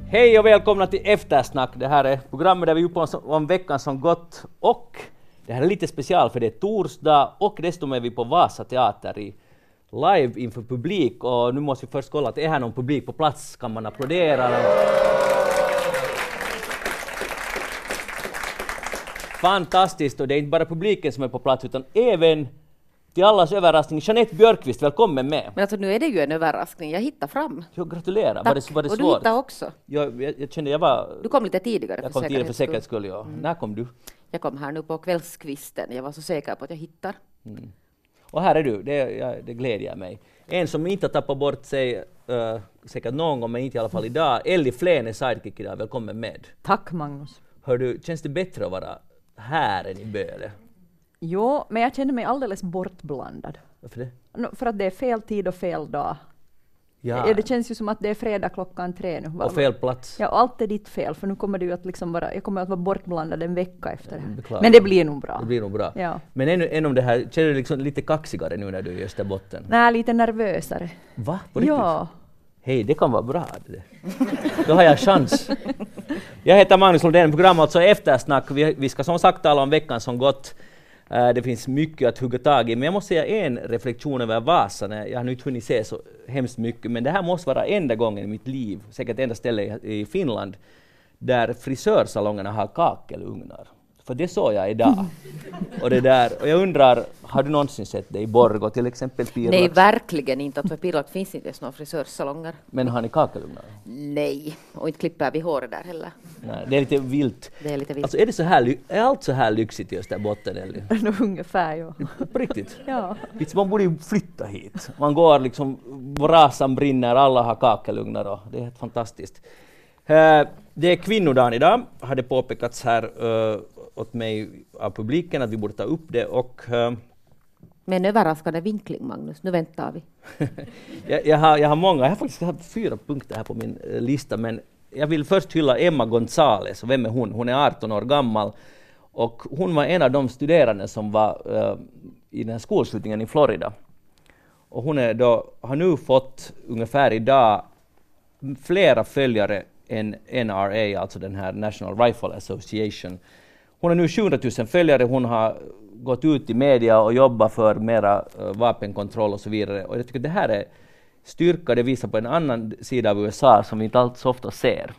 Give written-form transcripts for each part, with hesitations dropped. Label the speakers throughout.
Speaker 1: Hej och välkomna till Eftersnack. Det här är programmet där vi uppehåller om veckan som gått. Och det här är lite special för det är torsdag och dessutom är vi på Vasa teater i live inför publik. Och nu måste vi först kolla att är här någon publik på plats. Kan man applådera? Fantastiskt, och det är inte bara publiken som är på plats utan även till allas överraskning Jeanette Björkqvist, välkommen med.
Speaker 2: Men alltså nu är det ju en överraskning, jag hittar fram.
Speaker 1: Jo, gratulerar.
Speaker 2: Tack.
Speaker 1: Var det
Speaker 2: och
Speaker 1: svårt?
Speaker 2: Du hittar också.
Speaker 1: Jag kände jag var...
Speaker 2: Du kom lite tidigare
Speaker 1: jag kom tidigare för säkerhets skull, ja. När kom du?
Speaker 2: Jag kom här nu på kvällskvisten, jag var så säker på att jag hittar.
Speaker 1: Och här är du, det glädjer mig. En som inte har tappat bort sig, säkert någon gång men inte i alla fall idag, Elli Flen är sidekick idag, välkommen med.
Speaker 3: Tack Magnus.
Speaker 1: Hör du, känns det bättre att vara här än i Böle?
Speaker 3: Jo, men jag känner mig alldeles bortblandad.
Speaker 1: Varför det?
Speaker 3: För att det är fel tid och fel dag.
Speaker 1: Ja.
Speaker 3: Det känns ju som att det är fredag 3 nu.
Speaker 1: Och fel plats.
Speaker 3: Ja, och allt är ditt fel, för nu kommer du att liksom jag kommer att vara bortblandad en vecka efter det här.
Speaker 1: Beklagar.
Speaker 3: Men det blir nog bra.
Speaker 1: Det blir nog bra.
Speaker 3: Ja.
Speaker 1: Men ännu om det här, känner du liksom lite kaxigare nu när du är i Österbotten?
Speaker 3: Nej, lite nervösare.
Speaker 1: Va? På riktigt?
Speaker 3: Ja.
Speaker 1: Hej, det kan vara bra. Då har jag chans. Jag heter Magnus Lundén, program alltså Eftersnack. Vi ska som sagt tala om veckan som gått. Det finns mycket att hugga tag i, men jag måste säga en reflektion över Vasa. Jag har nu inte hunnit se så hemskt mycket, men det här måste vara enda gången i mitt liv, säkert enda ställe i Finland, där frisörsalongerna har kakelugnar. För det såg jag idag. Och jag undrar, har du någonsin sett det i Borgå till exempel? Pirlax?
Speaker 2: Nej, verkligen inte. För Pirlax finns inte några frisörsalonger.
Speaker 1: Men har ni kakelugnar?
Speaker 2: Nej, och inte klipper vi håret där heller.
Speaker 1: Nej, det är lite vilt.
Speaker 2: Det är lite vilt.
Speaker 1: Alltså är allt så här lyxigt i Österbotten? Eller?
Speaker 3: Ungefär, ja.
Speaker 1: På riktigt?
Speaker 3: Ja.
Speaker 1: Man borde ju flytta hit. Man går liksom, brasan brinner, alla har kakelugnar och det är helt fantastiskt. Det är kvinnodagen idag, har det påpekats här åt mig av publiken att vi borde ta upp det. Och,
Speaker 2: med en överraskande vinkling, Magnus. Nu väntar vi.
Speaker 1: jag har många, jag har faktiskt 4 punkter här på min lista, men jag vill först hylla Emma Gonzales. Och vem är hon? Hon är 18 år gammal och hon var en av de studerande som var i den här skolskjutningen i Florida. Och hon har nu fått ungefär idag flera följare än NRA, alltså den här National Rifle Association. Hon har nu 700 000 följare, hon har gått ut i media och jobbat för mera vapenkontroll och så vidare. Och jag tycker att det här är styrka, det visar på en annan sida av USA som vi inte allt så ofta ser.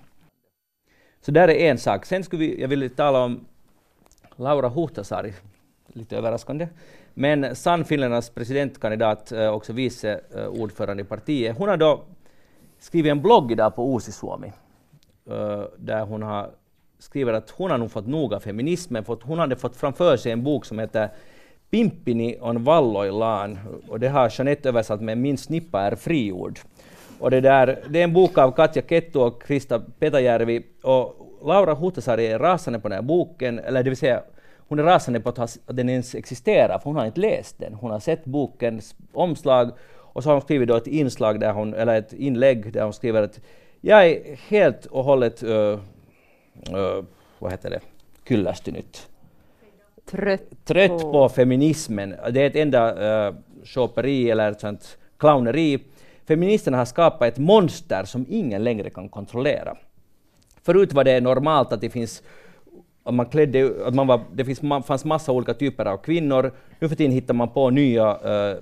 Speaker 1: Så där är en sak. Sen jag vill tala om Laura Huhtasaari, lite överraskande. Men Sannfinländarnas presidentkandidat, också vice ordförande i partiet. Hon har då skrivit en blogg idag på Uusisuomi där hon har skrivit att hon har nog fått nog av feminismen. Hon hade fått framför sig en bok som heter Pimpini on Valloillaan, och det har Jeanette översatt med Min snippa är friord. Och det är en bok av Katja Kettu och Krista Petajärvi, och Laura Huhtasaari är rasande på den här boken, eller det vill säga hon är rasande på att den ens existerar, för hon har inte läst den. Hon har sett bokens omslag och så har hon skrivit då ett inlägg där hon skriver att jag är helt och hållet kyllästynyt. Trött på feminismen. Det är ett enda shoperi eller ett sånt clowneri. Feministerna har skapat ett monster som ingen längre kan kontrollera. Förut var det normalt att det finns fanns massa olika typer av kvinnor. Nu för tiden hittar man på nya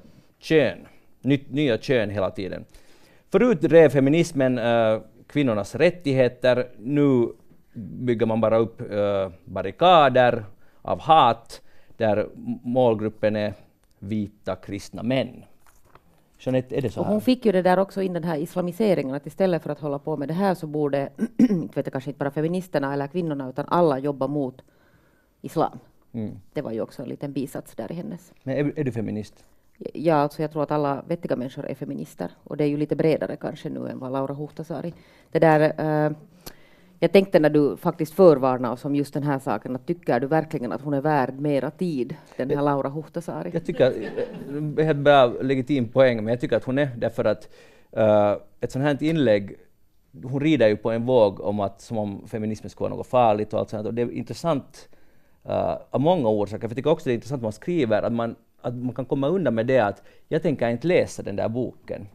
Speaker 1: kön hela tiden. Förut drev feminismen kvinnornas rättigheter. Nu bygger man bara upp barrikader av hat där målgruppen är vita kristna män. Jeanette, är det så här?
Speaker 2: Och hon fick ju det där också in den här islamiseringen, att istället för att hålla på med det här så borde kanske inte bara feministerna eller kvinnorna utan alla jobba mot islam. Det var ju också en liten bisats där i hennes.
Speaker 1: Men är du feminist?
Speaker 2: Ja, alltså jag tror att alla vettiga människor är feminister, och det är ju lite bredare kanske nu än vad Laura Huhtasaari. Det där, jag tänkte när du faktiskt förvarnar oss om just den här saken, att tycker du verkligen att hon är värd mera tid, den här Laura Huhtasaari? Jag
Speaker 1: tycker, det är ett bra legitim poäng, men jag tycker att hon är därför att ett sånt här inlägg, hon rider ju på en våg om att som om feminismen skulle vara något farligt och allt sånt, och det är intressant av många orsaker. För jag tycker också det är intressant att man skriver att man kan komma undan med det att jag tänker inte läsa den där boken.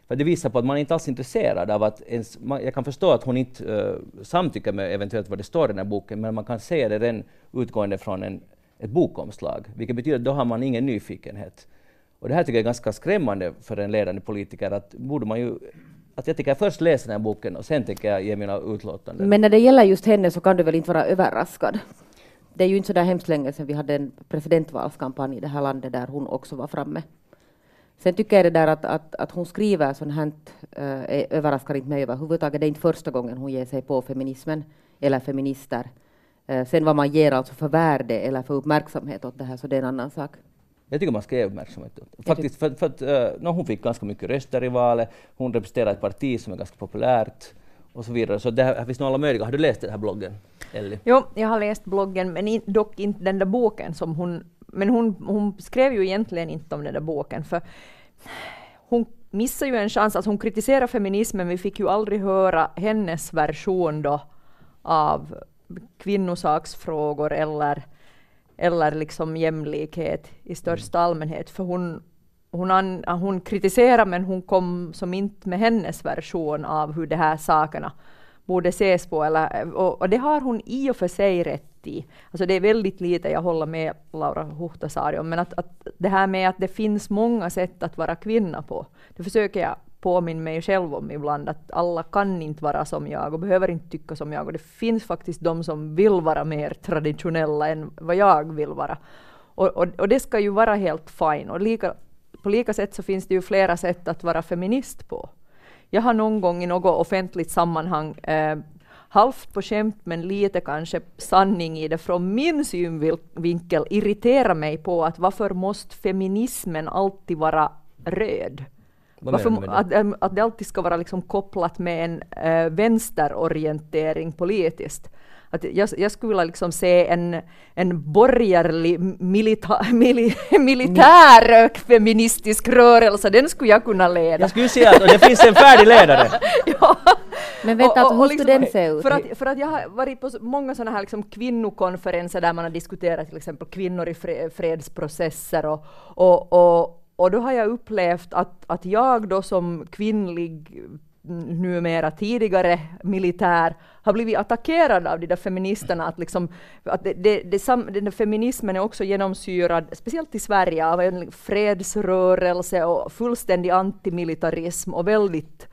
Speaker 1: För det visar på att man inte alls är intresserad av att jag kan förstå att hon inte samtycker med eventuellt vad det står i den här boken, men man kan se det redan utgående från ett bokomslag, vilket betyder att då har man ingen nyfikenhet. Och det här tycker jag är ganska skrämmande för en ledande politiker, att jag tycker först läsa den här boken och sen tänker jag ge mina utlåtanden.
Speaker 2: Men när det gäller just henne så kan du väl inte vara överraskad? Det är ju inte så där hemskt länge sedan vi hade en presidentvalskampanj i det här landet där hon också var framme. Sen tycker jag det där att hon skriver sånt här överraskar inte mig överhuvudtaget. Det är inte första gången hon ger sig på feminismen eller feminister. Sen vad man ger alltså för värde eller för uppmärksamhet åt det här, så det är en annan sak.
Speaker 1: Jag tycker man ska ge uppmärksamhet åt det. Faktiskt för att hon fick ganska mycket röster i valet. Hon representerar ett parti som är ganska populärt och så vidare. Så det här finns nog alla möjliga. Har du läst den här bloggen, Ellie?
Speaker 3: Jo, jag har läst bloggen, men dock inte den där boken som hon... Men hon skrev ju egentligen inte om den där boken, för hon missar ju en chans. Alltså hon kritiserar feminismen, vi fick ju aldrig höra hennes version då av kvinnosaksfrågor eller liksom jämlikhet i största allmänhet. För hon kritiserar, men hon kom som inte med hennes version av hur de här sakerna borde ses på. Och det har hon i och för sig rätt i. Alltså det är väldigt lite, jag håller med Laura Huhtasaari om, men att det här med att det finns många sätt att vara kvinna på, det försöker jag påminna mig själv om ibland, att alla kan inte vara som jag och behöver inte tycka som jag, och det finns faktiskt de som vill vara mer traditionella än vad jag vill vara. Och det ska ju vara helt fine, och på lika sätt så finns det ju flera sätt att vara feminist på. Jag har någon gång i något offentligt sammanhang halvt på skämt, men lite kanske sanning i det från min synvinkel irriterar mig på att varför måste feminismen alltid vara röd? Att det alltid ska vara liksom kopplat med en vänsterorientering politiskt. Att jag skulle vilja liksom se en borgerlig militär feministisk rörelse, den skulle jag kunna leda.
Speaker 1: Jag skulle säga att det finns en färdig ledare.
Speaker 2: Ja. Men vänta, alltså, hur skulle den se ut?
Speaker 3: För att jag har varit på många sådana här liksom kvinnokonferenser där man har diskuterat till exempel kvinnor i fredsprocesser och då har jag upplevt att jag då som kvinnlig, numera tidigare militär, har blivit attackerad av de där feministerna, att liksom att den feminismen är också genomsyrad, speciellt i Sverige, av en fredsrörelse och fullständig antimilitarism och väldigt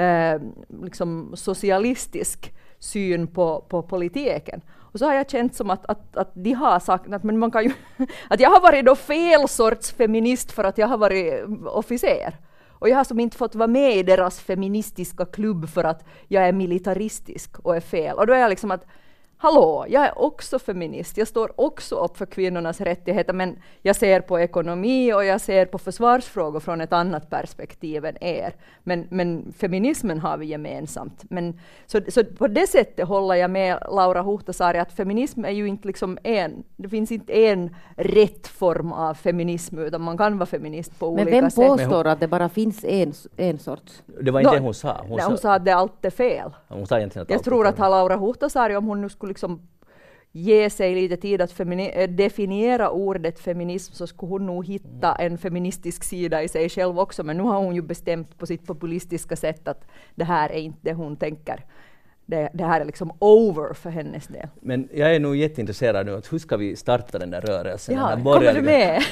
Speaker 3: liksom socialistisk syn på politiken. Och så har jag känt som att de har sagt att men man kan ju att jag har varit då fel sorts feminist för att jag har varit officer. Och jag har som inte fått vara med i deras feministiska klubb för att jag är militaristisk och är fel. Och då är jag liksom att hallå, jag är också feminist. Jag står också upp för kvinnornas rättigheter, men jag ser på ekonomi och jag ser på försvarsfrågor från ett annat perspektiv än er. Men feminismen har vi gemensamt. Så på det sättet håller jag med Laura Huhtasaari att feminism är ju inte liksom det finns inte en rätt form av feminism, utan man kan vara feminist på olika sätt.
Speaker 2: Men vem påstår att det bara finns en sorts?
Speaker 1: Det var inte det hon sa.
Speaker 3: Hon sa att det allt är fel.
Speaker 1: Hon sa egentligen att
Speaker 3: jag tror att Laura Huhtasaari, om hon nu skulle liksom ge sig lite tid att definiera ordet feminism, så skulle hon nog hitta en feministisk sida i sig själv också. Men nu har hon ju bestämt på sitt populistiska sätt att det här är inte det hon tänker. Det här är liksom over för hennes del.
Speaker 1: Men jag är nog jätteintresserad nu att hur ska vi starta den där rörelsen?
Speaker 3: Ja,
Speaker 1: den
Speaker 3: kommer du med?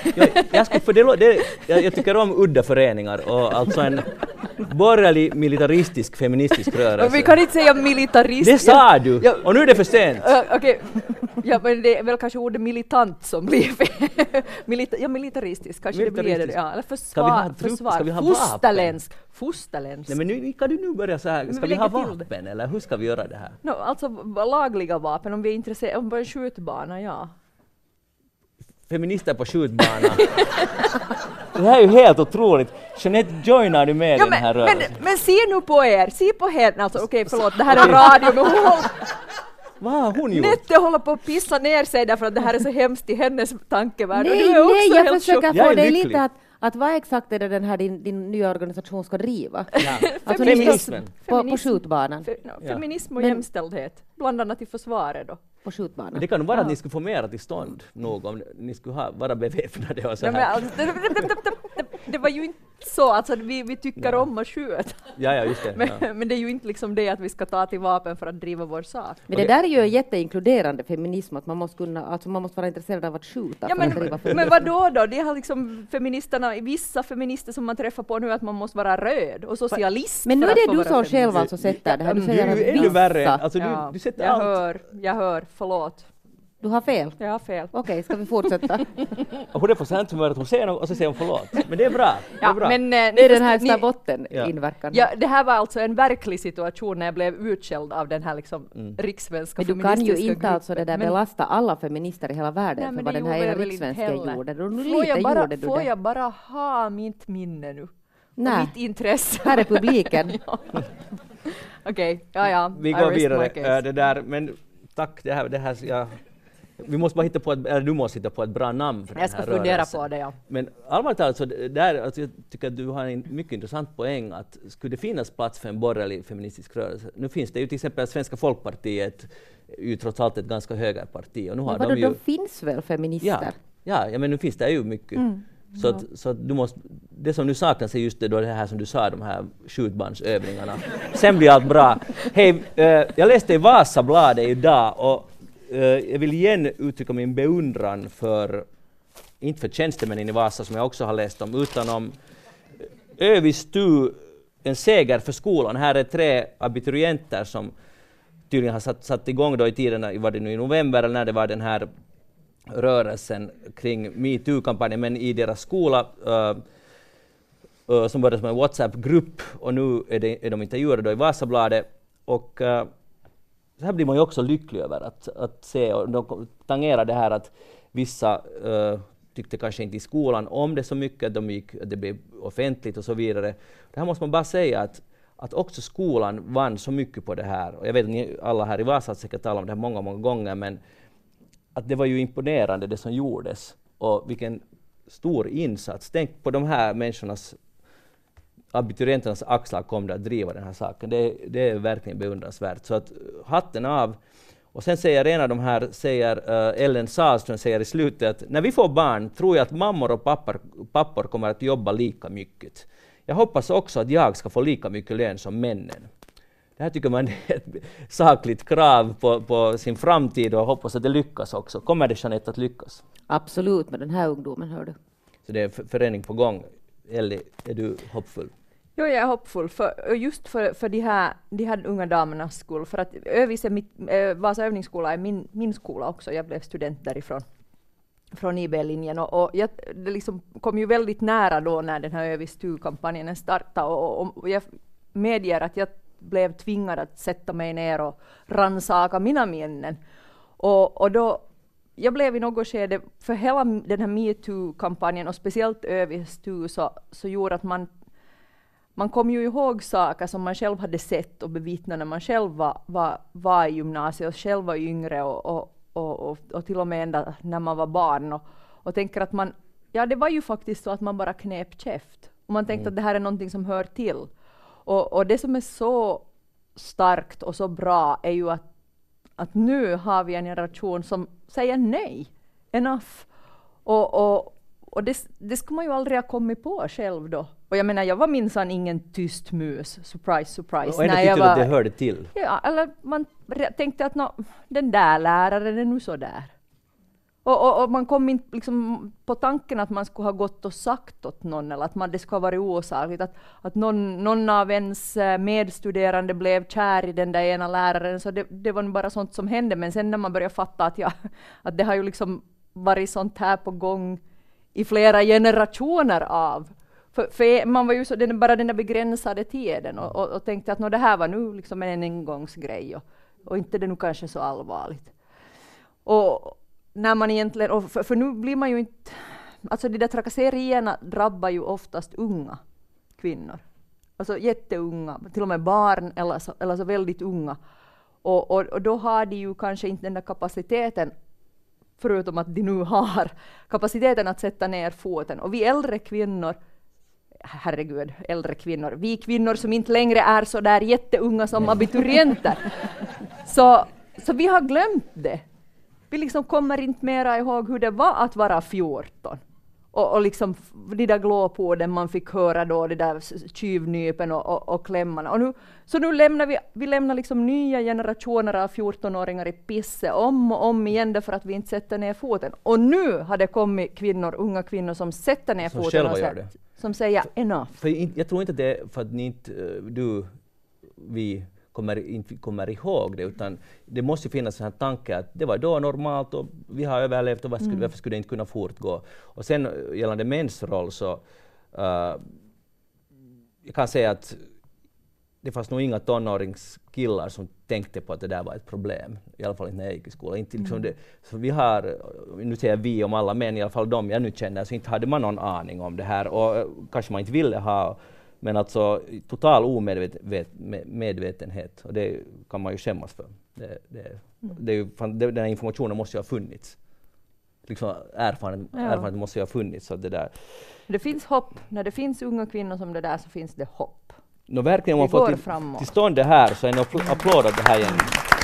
Speaker 1: Jag tycker om udda föreningar och alltså en borgerlig militaristisk feministisk rörelse.
Speaker 3: Vi kan inte säga militarist.
Speaker 1: Det sa du! Ja. Och nu är det för sent.
Speaker 3: Okej. Ja, men det är väl kanske ordet militant som blir fel. Militaristisk kanske militaristisk. Det blir det. Ja, eller försvar.
Speaker 1: Ska vi ha
Speaker 3: Fosterländsk.
Speaker 1: Nej, men kan du nu börja så här? Ska vi ha vapen eller hur ska vi göra det här?
Speaker 3: No, alltså lagliga vapen, om vi är intresserade om en skjutbana, ja.
Speaker 1: Feminister på skjutbanan. Det här är ju helt otroligt. Jeanette, joinar du med den här rörelsen?
Speaker 3: Men se nu på er, se på henne. Alltså, okej, förlåt, det här är radio, men
Speaker 1: vad har hon gjort?
Speaker 3: Nette håller på att pissa ner sig därför att det här är så hemskt i hennes tankevärld.
Speaker 2: Nej, jag försöker få dig lite att vad exakt är det den här din nya organisation ska driva?
Speaker 1: Ja.
Speaker 2: Alltså
Speaker 1: feminismen.
Speaker 2: På skjutbanan.
Speaker 3: Feminism och jämställdhet. Bland annat i försvaret då.
Speaker 2: På skjutbanan.
Speaker 1: Men det kan nog vara att ni skulle få mera till stånd nog om ni skulle vara beväpnade och så här.
Speaker 3: Det var ju inte så, alltså vi tycker om att skjuta.
Speaker 1: Ja, just det.
Speaker 3: Men det är ju inte liksom det att vi ska ta till vapen för att driva vår sak.
Speaker 2: Men det där är ju en jätteinkluderande feminism, att man måste vara intresserad av att skjuta.
Speaker 3: Ja, men vad då? Det har liksom vissa feminister som man träffar på nu, att man måste vara röd och socialist.
Speaker 2: Men nu är det du som själv alltså sätter det här. Du säger
Speaker 1: är ännu värre. Alltså, du sätter
Speaker 3: jag hör, förlåt.
Speaker 2: Du har fel?
Speaker 3: Jag har fel.
Speaker 2: Okej, ska vi fortsätta?
Speaker 1: Hon är på sant humör att hon säger något och så säger hon förlåt. Men det är bra.
Speaker 3: Men,
Speaker 2: det är den här botten-inverkan.
Speaker 3: Ja, det här var alltså en verklig situation när jag blev utskälld av den här liksom rikssvenska feministiska
Speaker 2: gruppen. Men du kan ju inte
Speaker 3: gruppen.
Speaker 2: Alltså det där belasta alla feminister i hela världen för vad den här rikssvenska gjorde.
Speaker 3: Får jag bara ha mitt minne nu?
Speaker 2: Nej.
Speaker 3: Och mitt intresse.
Speaker 2: Här är publiken.
Speaker 3: Okej, ja.
Speaker 1: Vi går vidare. Det där, men tack, det här vi måste bara hitta på du måste hitta på ett bra namn för
Speaker 3: jag ska fundera på det, ja.
Speaker 1: Men allvarligt talat så alltså, jag tycker att du har en mycket intressant poäng att skulle det finnas plats för en borgerlig feministisk rörelse. Nu finns det ju till exempel Svenska Folkpartiet ju trots allt ett ganska högerparti och nu har
Speaker 2: de finns väl feminister?
Speaker 1: Ja, men nu finns det ju mycket. Så du måste, det som nu saknas är just det här som du sa, de här skjutbandsövningarna. Sen blir allt bra. Hej, jag läste i Vasabladet idag och jag vill igen uttrycka min beundran för, inte för tjänstemännen i Vasa som jag också har läst om, utan om Övistu, en seger för skolan. Här är 3 abiturienter som tydligen har satt igång då i tiden, var det nu i november eller när det var den här rörelsen kring MeToo-kampanjen, men i deras skola som började som en WhatsApp-grupp och nu är de intervjuade då i Vasabladet och så här blir man ju också lycklig över att se, och de tangerar det här att vissa tyckte kanske inte i skolan om det så mycket, det blev offentligt och så vidare. Det här måste man bara säga att också skolan vann så mycket på det här, och jag vet att ni alla här i Vasa har säkert talat om det här många gånger, men att det var ju imponerande det som gjordes och vilken stor insats. Tänk på de här människornas, abiturienternas axlar kom där att driva den här saken. Det är verkligen beundransvärt. Så att hatten av. Och sen säger en av de här, Ellen Sahlström säger i slutet att när vi får barn tror jag att mammor och pappor kommer att jobba lika mycket. Jag hoppas också att jag ska få lika mycket lön som männen. Det här tycker man är ett sakligt krav på sin framtid och hoppas att det lyckas också. Kommer det, Jeanette, att lyckas?
Speaker 2: Absolut, med den här ungdomen, hör du.
Speaker 1: Så det är förening på gång. Ellie, är du hoppfull?
Speaker 3: Jo, jag är hoppfull. Just för de här unga damernas skull. För att Övis är Vasa övningsskola är min skola också. Jag blev student därifrån. Från IB-linjen. Och det liksom kom ju väldigt nära då när den här Övis 2-kampanjen startade. Och jag medger att jag blev tvingad att sätta mig ner och rannsaka mina minnen. Och då, jag blev i något skede, för hela den här MeToo-kampanjen och speciellt Övis 2 så gjorde att man kom ju ihåg saker som man själv hade sett och bevittnat när man själv var i gymnasiet och själv var yngre och till och med ända när man var barn. Och tänker att det var ju faktiskt så att man bara knep käft. Och man tänkte att det här är någonting som hör till. Och det som är så starkt och så bra är ju att nu har vi en generation som säger nej. Enough. Och det skulle man ju aldrig ha kommit på själv då. Och jag menar, jag var minsann ingen tyst mus. Surprise, surprise.
Speaker 1: Och ändå tyckte du att det hörde till?
Speaker 3: Ja, eller man tänkte att den där läraren är nu så där. Och man kom inte liksom på tanken att man skulle ha gått och sagt åt någon eller att det skulle ha varit osakligt. Att någon av ens medstuderande blev kär i den där ena läraren. Så det var bara sånt som hände. Men sen när man började fatta att det har ju liksom varit sånt här på gång i flera generationer av. För man var ju så, bara den där begränsade tiden och tänkte att det här var nu liksom en engångsgrej och inte det nu kanske så allvarligt. Och när man egentligen, för nu blir man ju inte, alltså de där trakasserierna drabbar ju oftast unga kvinnor. Alltså jätteunga, till och med barn eller så väldigt unga. Och då har de ju kanske inte den där kapaciteten, förutom att de nu har kapaciteten att sätta ner foten. Och vi äldre kvinnor, herregud, äldre kvinnor, vi kvinnor som inte längre är så där jätteunga som abiturienter, så vi har glömt det. Vi liksom kommer inte mera ihåg hur det var att vara 14. Och liksom de där glåporden man fick höra då, de där tjuvnypen och klämmarna. Och nu lämnar vi lämnar liksom nya generationer av 14-åringar i pisse om och om igen därför att vi inte sätter ner foten. Och nu har det kommit unga kvinnor som sätter ner
Speaker 1: som
Speaker 3: foten och som säger enough.
Speaker 1: För jag tror inte det är för att ni inte, vi kommer ihåg det, utan det måste finnas en här tanke att det var då normalt och vi har överlevt och varför skulle det inte kunna fortgå. Och sen gällande mäns roll så jag kan säga att det fanns nog inga tonåringskillar som tänkte på att det där var ett problem, i alla fall inte när jag gick i skolan. Inte, liksom det, så vi har, nu säger vi om alla män, i alla fall de jag nu känner, så inte hade man någon aning om det här och kanske man inte ville ha. Men alltså total omedvetenhet, och det kan man ju skämmas för. Den här informationen måste ju ha funnits. Liksom erfarenhet måste ju ha funnits. Så det där.
Speaker 3: Det finns hopp. När det finns unga kvinnor som det där så finns det hopp.
Speaker 1: Verkligen, om man får till stånd det här så är en applåd av det här igen.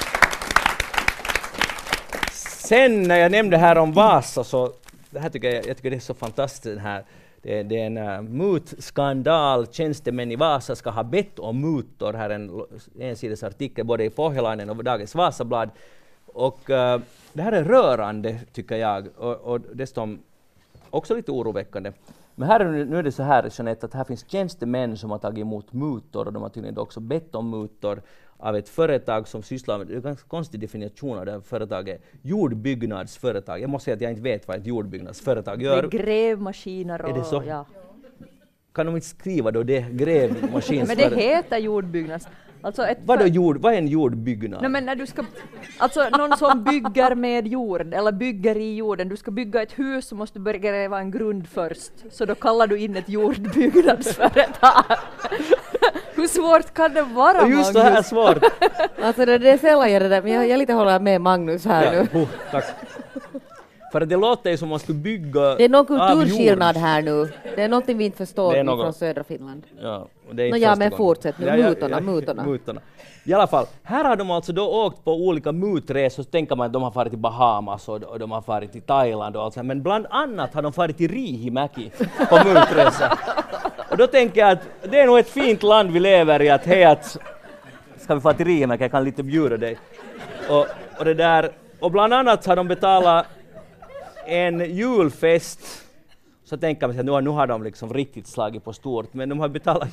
Speaker 1: Sen när jag nämnde här om Vasa så det här jag tycker det är så fantastiskt den här. Det är en mutskandal. Tjänstemän i Vasa ska ha bett om mutor. Här är en ensidesartikel både i Pohjalainen och Dagens Vasablad. Och det här är rörande tycker jag. Och dessutom också lite oroväckande. Men här nu är det så här, Jeanette, att här finns tjänstemän som har tagit emot mutor. Och de har tydligen också bett om mutor av ett företag som sysslar med, det är en ganska konstig definition av det här företaget, jordbyggnadsföretag. Jag måste säga att jag inte vet vad ett jordbyggnadsföretag gör.
Speaker 3: Det är grävmaskiner och...
Speaker 1: Är det så?
Speaker 3: Ja.
Speaker 1: Kan de inte skriva då det grävmaskinsföretag?
Speaker 3: Men det heter jordbyggnads. Alltså
Speaker 1: vad är en jordbyggnad?
Speaker 3: Nej, men när du ska, alltså någon som bygger med jord eller bygger i jorden, du ska bygga ett hus så måste du börja gräva en grund först. Så då kallar du in ett jordbyggnadsföretag. Hur svårt kan det vara, Magnus?
Speaker 1: Just det här är svårt.
Speaker 2: Alltså det är sällan jag det där, men jag lite håller med Magnus här nu.
Speaker 1: Tack. För det låter ju som man skulle bygga.
Speaker 2: Det är någon kulturskillnad här nu. Det är någonting vi inte förstår från södra Finland.
Speaker 1: Ja, det är inte
Speaker 2: men fortsätt nu. Mutorna.
Speaker 1: I alla fall, här har de alltså då åkt på olika mutresor. Så tänker man att de har farit till Bahamas och de har farit till Thailand och allt sånt. Men bland annat har de farit till Riihimäki på mutresa. Och då tänker jag att det är nog ett fint land vi lever i. Att hej, att ska vi fara till Riihimäki, jag kan lite bjuda dig. Och det där, och bland annat har de betalat en julfest, så tänker man sig att nu har de liksom riktigt slagit på stort, men de har betalat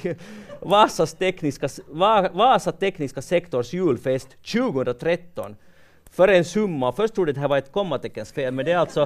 Speaker 1: Vasa tekniska sektors julfest 2013 för en summa. Först trodde jag att det här var ett kommateckensfel, men det är alltså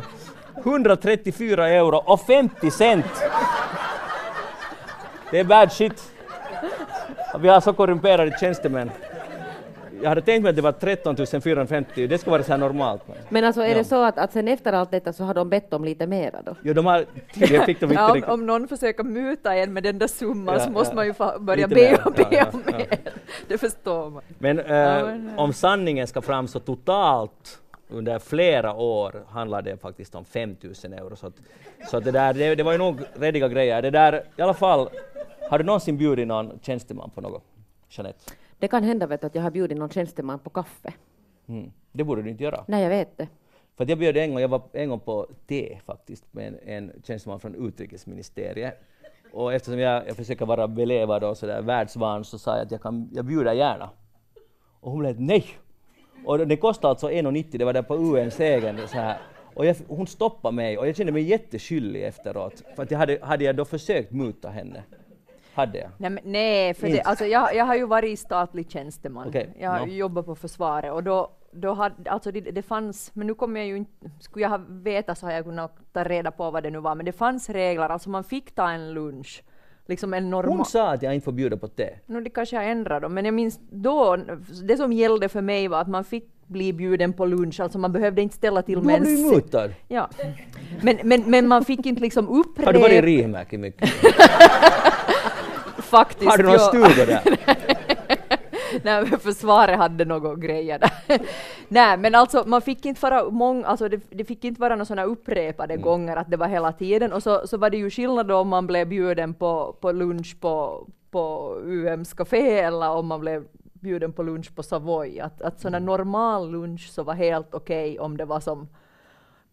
Speaker 1: 134,50 €. Det är bad shit. Vi har så korrumperade tjänstemän. Jag hade tänkt mig att det var 13 450, det ska vara så här normalt.
Speaker 2: Men alltså är det så att sen efter allt detta så har de bett om lite mera då?
Speaker 1: Jo, de har tidigare fick de inte
Speaker 3: om någon försöker muta en med den där summan så måste man ju börja be om mer. Det förstår man.
Speaker 1: Men om sanningen ska fram så totalt under flera år handlar det faktiskt om 5 000 €. Så det där, det var ju nog rediga grejer. Det där, i alla fall, har du någonsin bjudit någon tjänsteman på något, Jeanette?
Speaker 2: Det kan hända att jag har bjudit någon tjänsteman på kaffe.
Speaker 1: Det borde du inte göra.
Speaker 2: Nej, jag vet det.
Speaker 1: För att jag var en gång på te faktiskt med en tjänsteman från utrikesministeriet. Och eftersom jag försöker vara belevad och sådär världsvan så sa jag att jag bjuder gärna. Och hon blev nej. Och det kostade alltså 1,90, det var där på UN-sägen så här. Och hon stoppade mig och jag kände mig jätteskyldig efteråt. För att hade jag då försökt muta henne. Hade jag?
Speaker 3: Nej, för det, alltså jag har ju varit statlig tjänsteman.
Speaker 1: Okay,
Speaker 3: jag jobbar på försvaret och då hade, alltså det fanns, men nu kommer jag ju inte, skulle jag ha vetat så har jag kunnat ta reda på vad det nu var, men det fanns regler, alltså man fick ta en lunch. Liksom en
Speaker 1: Hon sa att jag inte får bjuda på te.
Speaker 3: Det kanske jag ändrar då, men jag minns då, det som gällde för mig var att man fick bli bjuden på lunch, alltså man behövde inte ställa till med en...
Speaker 1: Du har blivit mutad.
Speaker 3: Ja, men man fick inte liksom upprepa...
Speaker 1: Har du varit i Riihimäki mycket?
Speaker 3: Faktiskt,
Speaker 1: har du någon stuga där?
Speaker 3: Nej, men försvaret hade några grejer där. Nej, men alltså man fick inte vara alltså det fick inte vara några sådana upprepade gånger att det var hela tiden. Och så var det ju skillnad om man blev bjuden på lunch på UMs café eller om man blev bjuden på lunch på Savoy. Att sån normal lunch så var helt okej om det var som...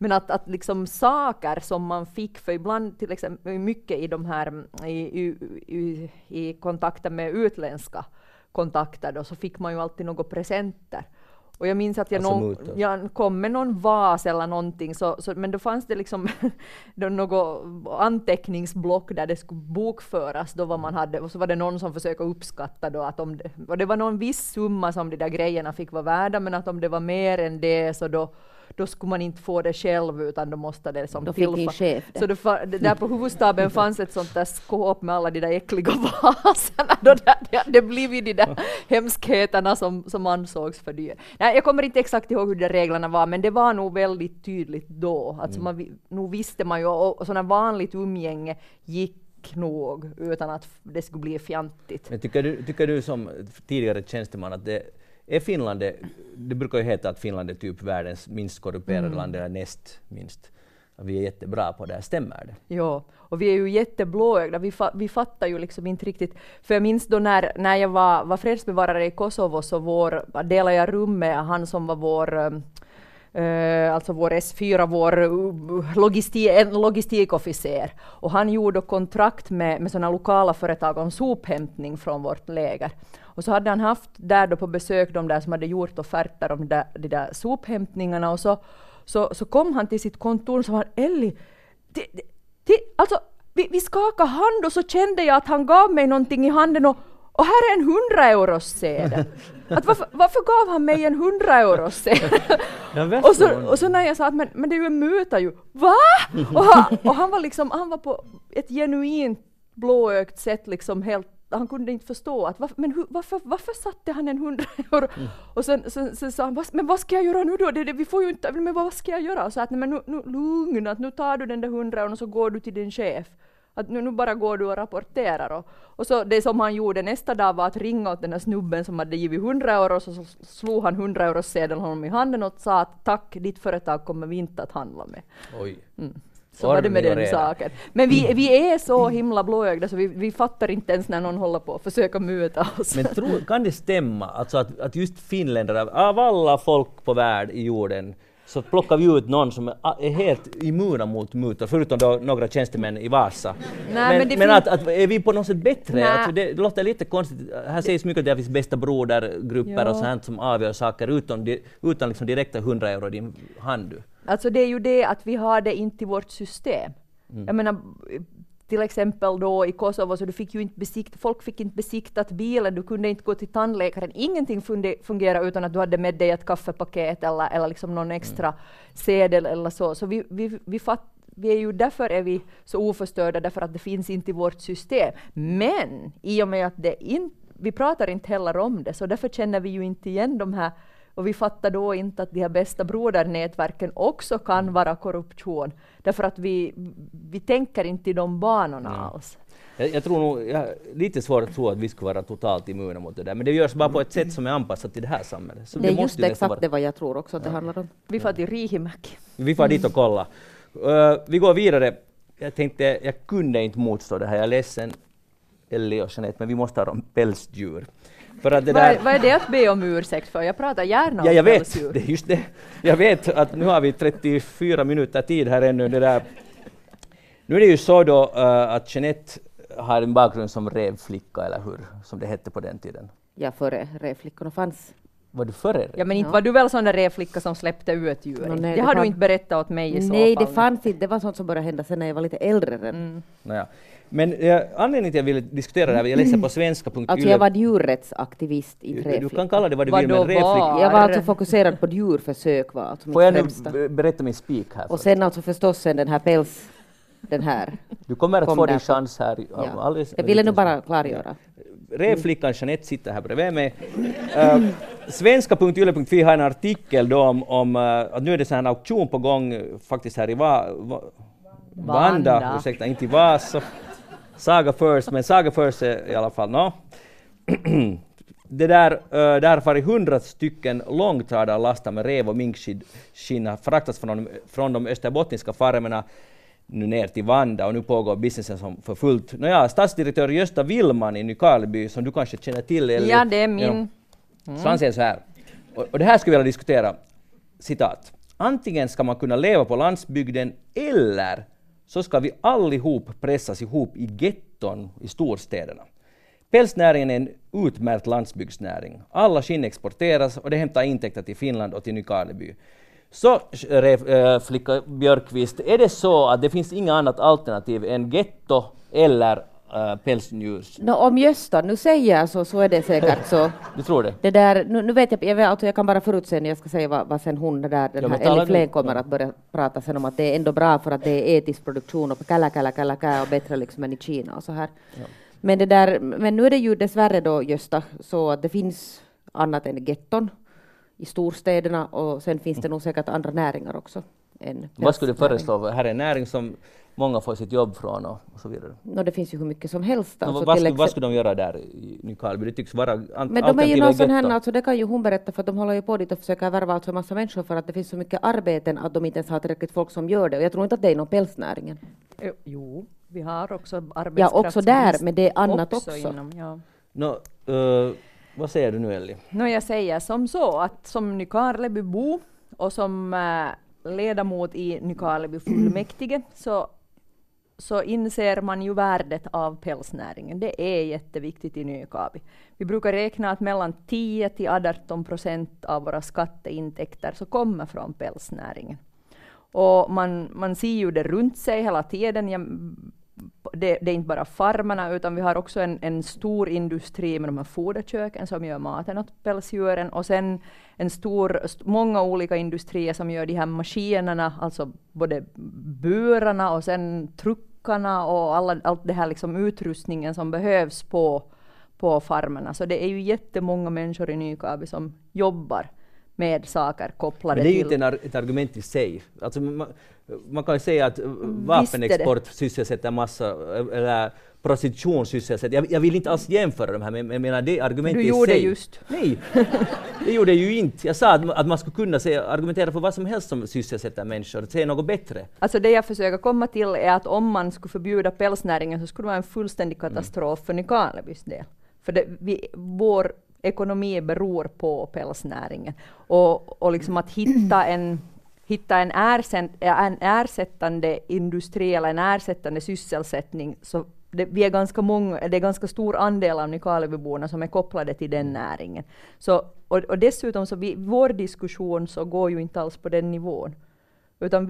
Speaker 3: Men att liksom saker som man fick, för ibland till exempel mycket i de här i kontakter med utländska kontakter då, så fick man ju alltid några presenter. Och jag minns att jag kom med någon vas eller någonting, men då fanns det liksom något anteckningsblock där det skulle bokföras då vad man hade, och så var det någon som försökte uppskatta då att och det var någon viss summa som de där grejerna fick vara värda, men att om det var mer än det så då skulle man inte få det själv, utan då måste det som
Speaker 2: chef.
Speaker 3: Så där på huvudstaben fanns ett sånt där skåp med alla de där äckliga vaserna. Det blev de där hemskheterna som ansågs för dyr. Nej, jag kommer inte exakt ihåg hur de reglerna var, men det var nog väldigt tydligt då. Alltså nog visste man ju, och sådana vanligt umgänge gick nog utan att det skulle bli fjantigt.
Speaker 1: Men tycker du som tidigare tjänsteman att är Finland, det brukar ju heta att Finland är typ världens minst korrumperade land, eller näst minst. Vi är jättebra på det, stämmer det?
Speaker 3: Ja, och vi är ju jätteblåögda. Vi fattar ju liksom inte riktigt. För jag minns då när jag var fredsbevarare i Kosovo, så delade jag rum med han som var vår S4, vår logistikofficer. Och han gjorde kontrakt med sådana lokala företag om sophämtning från vårt läger. Och så hade han haft där då på besök de där som hade gjort offerter om de där sophämtningarna. Och så kom han till sitt kontor och sa, Elli, alltså vi skakade hand och så kände jag att han gav mig någonting i handen och här är en 100 euros sedel. Att varför gav han mig en 100 euros sedel? och så när jag sa att men det är ju en muta ju. Va? Och han var på ett genuint blåögt sätt liksom helt, han kunde inte förstå att varför satte han en 100 euro? Och sen sa han, men vad ska jag göra nu då? Vi får ju inte, men vad ska jag göra? Och så att men nu lugna, att nu tar du den där 100 euro och så går du till din chef. Att nu bara går du och rapporterar. Och så det som han gjorde nästa dag var att ringa åt den här snubben som hade givit 100 euro, så slog han 100 euros sedeln honom i handen och sa att tack, ditt företag kommer vi inte att handla med.
Speaker 1: Oj.
Speaker 3: Så var det med den saken. Men vi är så himla blåögda så vi fattar inte ens när någon håller på att försöka muta oss.
Speaker 1: Men kan det stämma alltså att just finländare, av alla folk på värld i jorden, så plockar vi ut någon som är helt immuna mot mutor, förutom då några tjänstemän i Vasa. Nej, men att är vi på något sätt bättre? Alltså det låter lite konstigt. Här sägs mycket att det finns bästa brodergrupper och sånt som avgör saker utan liksom direkta 100 euro i din hand.
Speaker 3: Alltså det är ju det att vi har det inte i vårt system. Jag menar, till exempel då i Kosovo så folk fick inte besiktat bilen, du kunde inte gå till tandläkaren, ingenting fungerade utan att du hade med dig ett kaffepaket eller liksom någon extra sedel eller så. Så vi är ju därför är vi så oförstörda, därför att det finns inte i vårt system. Men i och med att vi pratar inte heller om det, så därför känner vi ju inte igen de här. Och vi fattar då inte att de här bästa brodernätverken också kan vara korruption. Därför att vi tänker inte i de banorna alls.
Speaker 1: Jag tror nog, jag har lite svårt att tro att vi skulle vara totalt immuna mot det där. Men det görs bara på ett sätt som är anpassat till det här samhället. Så
Speaker 2: det är just exakt det vad jag tror också att det handlar om.
Speaker 3: Vi får till Riihimäki.
Speaker 1: Vi får dit och kolla. Vi går vidare. Jag tänkte, jag kunde inte motstå det här. Jag är ledsen, Elli och Jeanette, men vi måste ha om pälsdjur. För att
Speaker 3: vad är det att be om ursäkt för? Jag pratar gärna om
Speaker 1: jag
Speaker 3: pälsdjur.
Speaker 1: Det är just det. Jag vet att nu har vi 34 minuter tid här ännu. Nu är det ju så då att Jeanette har en bakgrund som revflicka, eller hur? Som det hette på den tiden.
Speaker 2: Ja, före revflickorna fanns.
Speaker 1: Var du före?
Speaker 3: Ja, men inte var du väl sån där revflicka som släppte ut djuren? Det har du inte berättat åt mig i så fall.
Speaker 2: Nej, det fanns inte. Det var sånt som började hända sen när jag var lite äldre.
Speaker 1: Naja. Men anledningen till att jag ville diskutera det här, jag läser på svenska.yle.
Speaker 2: Alltså jag var djurrättsaktivist i revflicka.
Speaker 1: Du kan kalla det vad du vill, men revflicka.
Speaker 2: Jag var alltså fokuserad på djurförsök.
Speaker 1: Får jag nu berätta min spik här?
Speaker 2: Och sen alltså förstås den här päls, den här.
Speaker 1: Du kommer att få din chans här.
Speaker 2: Ja. Jag ville nu bara klargöra.
Speaker 1: Revflickan Jeanette sitter här bredvid mig. Svenska.yle.fi har en artikel då om att nu är det så här en auktion på gång faktiskt här i Vanda. Ursäkta, inte i Vasa. Saga First, men Saga First är i alla fall, där har varit 100 stycken långtradare lastade med rev och minkskinn har fraktats från de österbottniska farmerna nu ner till Vanda, och nu pågår businessen som för fullt. Stadsdirektör Gösta Willman i Nykarleby, som du kanske känner till. Eller,
Speaker 3: ja, det är min.
Speaker 1: Så han säger så här, och det här skulle jag vilja diskutera, citat. antingen ska man kunna leva på landsbygden eller så ska vi allihop pressas ihop i getton i storstäderna. Pälsnäringen är en utmärkt landsbygdsnäring. Alla skinn exporteras och det hämtar intäkter till Finland och till Nykarleby. Så flicka Björkqvist, är det så att det finns inga annat alternativ än getto eller pälsdjurs?
Speaker 2: Om Gösta nu säger så är det säkert så.
Speaker 1: Du tror det?
Speaker 2: Det där, nu vet jag kan bara förutse när jag ska säga vad sen hon den här Elli Flen kommer att börja prata sen om att det är ändå bra för att det är etisk produktion och kalla och bättre liksom än i Kina och så här. Ja. Men nu är det ju dessvärre då, Gösta, så att det finns annat än getton i storstäderna och sen finns det nog säkert andra näringar också.
Speaker 1: Vad skulle du föreslå? Här är en näring som många får sitt jobb från och så vidare.
Speaker 2: Det finns ju hur mycket som helst. Alltså
Speaker 1: vad skulle de göra där i Nykarleby? Det tycks vara
Speaker 2: men de är ju någon sån här, alltså det kan ju hon berätta för att de håller ju på dit och försöker värva alltså en massa människor för att det finns så mycket arbeten att de inte ens har tillräckligt folk som gör det. Och jag tror inte att det är inom pälsnäringen.
Speaker 3: Jo, vi har också arbetskraft.
Speaker 2: Ja, också där, men det är annat också.
Speaker 3: Inom, ja.
Speaker 1: Vad säger du nu, Elli?
Speaker 3: Jag säger som så att som Nykarlebybo och som ledamot i Nykarleby fullmäktige så inser man ju värdet av pälsnäringen. Det är jätteviktigt i Nykarleby. Vi brukar räkna att mellan 10-18% av våra skatteintäkter så kommer från pälsnäringen. Och man ser ju det runt sig hela tiden. Det är inte bara farmarna utan vi har också en stor industri med de här foderköken som gör maten åt pälsdjuren och sen många olika industrier som gör de här maskinerna, alltså både burarna och sen truckarna och allt det här liksom utrustningen som behövs på farmarna. Så det är ju jättemånga människor i Nykarleby som jobbar med saker kopplade till.
Speaker 1: Men det är ju inte ett argument i sig. Alltså man kan ju säga att vapenexport sysselsätter massa, eller prostitution sysselsätter. Jag vill inte alls jämföra de här, men jag menar det argumentet i sig.
Speaker 3: Du gjorde just.
Speaker 1: Nej, det gjorde jag ju inte. Jag sa att man skulle kunna argumentera för vad som helst som sysselsätter människor, att säga något bättre.
Speaker 3: Alltså det jag försöker komma till är att om man skulle förbjuda pälsnäringen så skulle det vara en fullständig katastrof för Nykarlebys del. För vår ekonomi beror på pälsnäringen. Och liksom att hitta en ersättande industri eller en ersättande sysselsättning, så vi är ganska många, det är ganska stor andel av Nykarlebyborna som är kopplade till den näringen. Så, och dessutom så vår diskussion så går ju inte alls på den nivån. Utan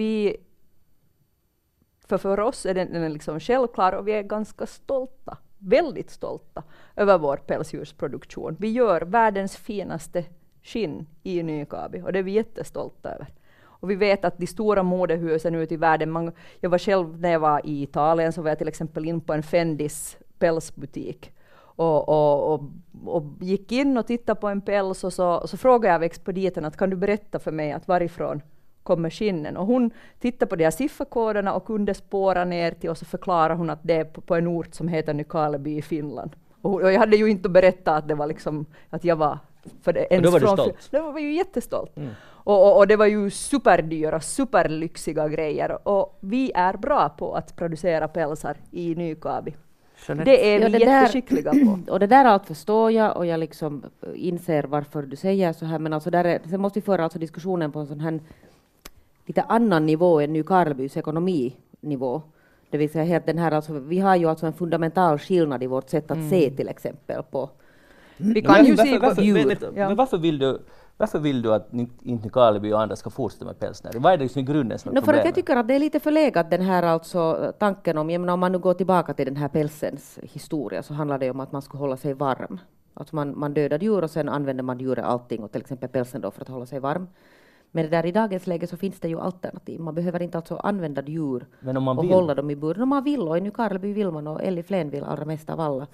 Speaker 3: för oss är den liksom självklar och vi är ganska stolta. Väldigt stolta över vår pälsdjursproduktion. Vi gör världens finaste skinn i Nykarleby och det är vi jättestolta över. Och vi vet att de stora modehusen ute i världen, jag var själv när jag var i Italien så var jag till exempel in på en Fendis pälsbutik och gick in och tittade på en päls och så frågade jag av expediten att kan du berätta för mig att varifrån kommer skinnen. Och hon tittade på de här sifferkoderna och kunde spåra ner till och så förklarade hon att det är på en ort som heter Nykarleby i Finland. Och jag hade ju inte berättat att det var liksom att jag var för det ens.
Speaker 1: Och då var du stolt?
Speaker 3: Det var ju jättestolt. Mm. Och det var ju superdyra, superlyxiga grejer. Och vi är bra på att producera pälsar i Nykarleby. Det är vi jätteskickliga på.
Speaker 2: Och det där allt förstår jag och jag liksom inser varför du säger så här. Men alltså sen måste vi föra alltså diskussionen på en sån här lite annan nivå än Nykarlebys ekonominivå. Det vill säga helt den här, alltså, vi har ju alltså en fundamental skillnad i vårt sätt att se till exempel på.
Speaker 3: Vi kan ju se på djur.
Speaker 1: Men varför vill du att inte Nykarleby och andra ska fortsätta med pälsnäring? Vad är det som är grunden som är problemet?
Speaker 2: För att jag tycker att det är lite förlegat den här alltså tanken om, jag menar, om man nu går tillbaka till den här pälsens historia så handlar det om att man skulle hålla sig varm. Alltså man dödar djur och sen använder man djuret allting och till exempel pälsen då för att hålla sig varm. Men det där i dagens läge så finns det ju alternativ. Man behöver inte alltså använda djur och hålla dem i buren. Om man vill, och i Nykarleby vill man och Elli Flen vill allra mest av alla.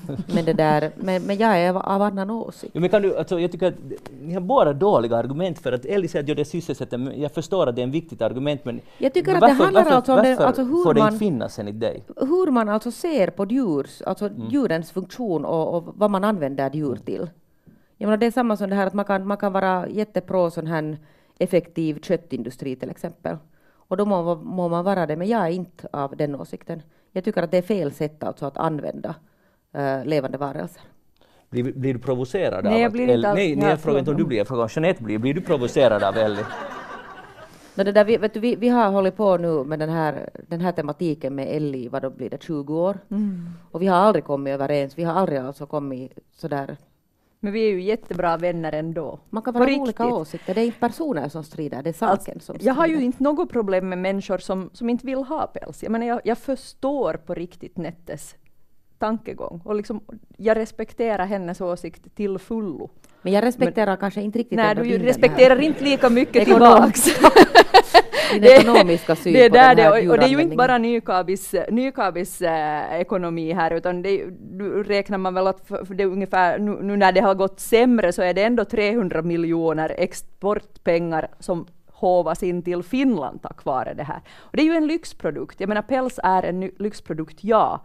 Speaker 2: Men jag är av annan åsikt.
Speaker 1: Ja, men jag tycker att ni har bara dåliga argument för att Elli säger att det sysselsätter. Jag förstår att det är en viktigt argument, men
Speaker 2: jag tycker att det handlar alltså om
Speaker 1: hur får det inte finnas enligt dig?
Speaker 2: Hur man alltså ser på djurens funktion och vad man använder djur till. Jag menar, det är samma som det här att man kan vara jättepro sån här effektiv köttindustri till exempel. Och då må man vara det, men jag är inte av den åsikten. Jag tycker att det är fel sätt alltså att använda levande varelser.
Speaker 1: Blir du provocerad
Speaker 3: Nej,
Speaker 1: av
Speaker 3: jag blir inte
Speaker 1: Nej, jag frågar inte om du blir. Jag frågar om Jeanette blir du provocerad av Elli?
Speaker 2: Det där, vet du, vi har hållit på nu med den här tematiken med Ellie, vad då blir det, 20 år. Och vi har aldrig kommit överens. Vi har aldrig alltså kommit sådär.
Speaker 3: Men vi är ju jättebra vänner ändå.
Speaker 2: Man kan vara olika åsikter. Det är inte personer som strider, det är saken som strider.
Speaker 3: Jag har ju inte något problem med människor som inte vill ha päls. Jag menar, jag förstår på riktigt Nettes tankegång. Och liksom, jag respekterar hennes åsikt till fullo.
Speaker 2: Men jag respekterar kanske inte riktigt.
Speaker 3: Nej, du respekterar inte lika mycket tillbaks.
Speaker 2: Din ekonomiska syn
Speaker 3: det är
Speaker 2: på
Speaker 3: där
Speaker 2: den här
Speaker 3: det, och det är ju inte bara Nykabis ekonomi här, utan du räknar man väl att för det är ungefär, nu när det har gått sämre så är det ändå 300 miljoner exportpengar som håvas in till Finland tack vare det här. Och det är ju en lyxprodukt. Jag menar, päls är en lyxprodukt, ja.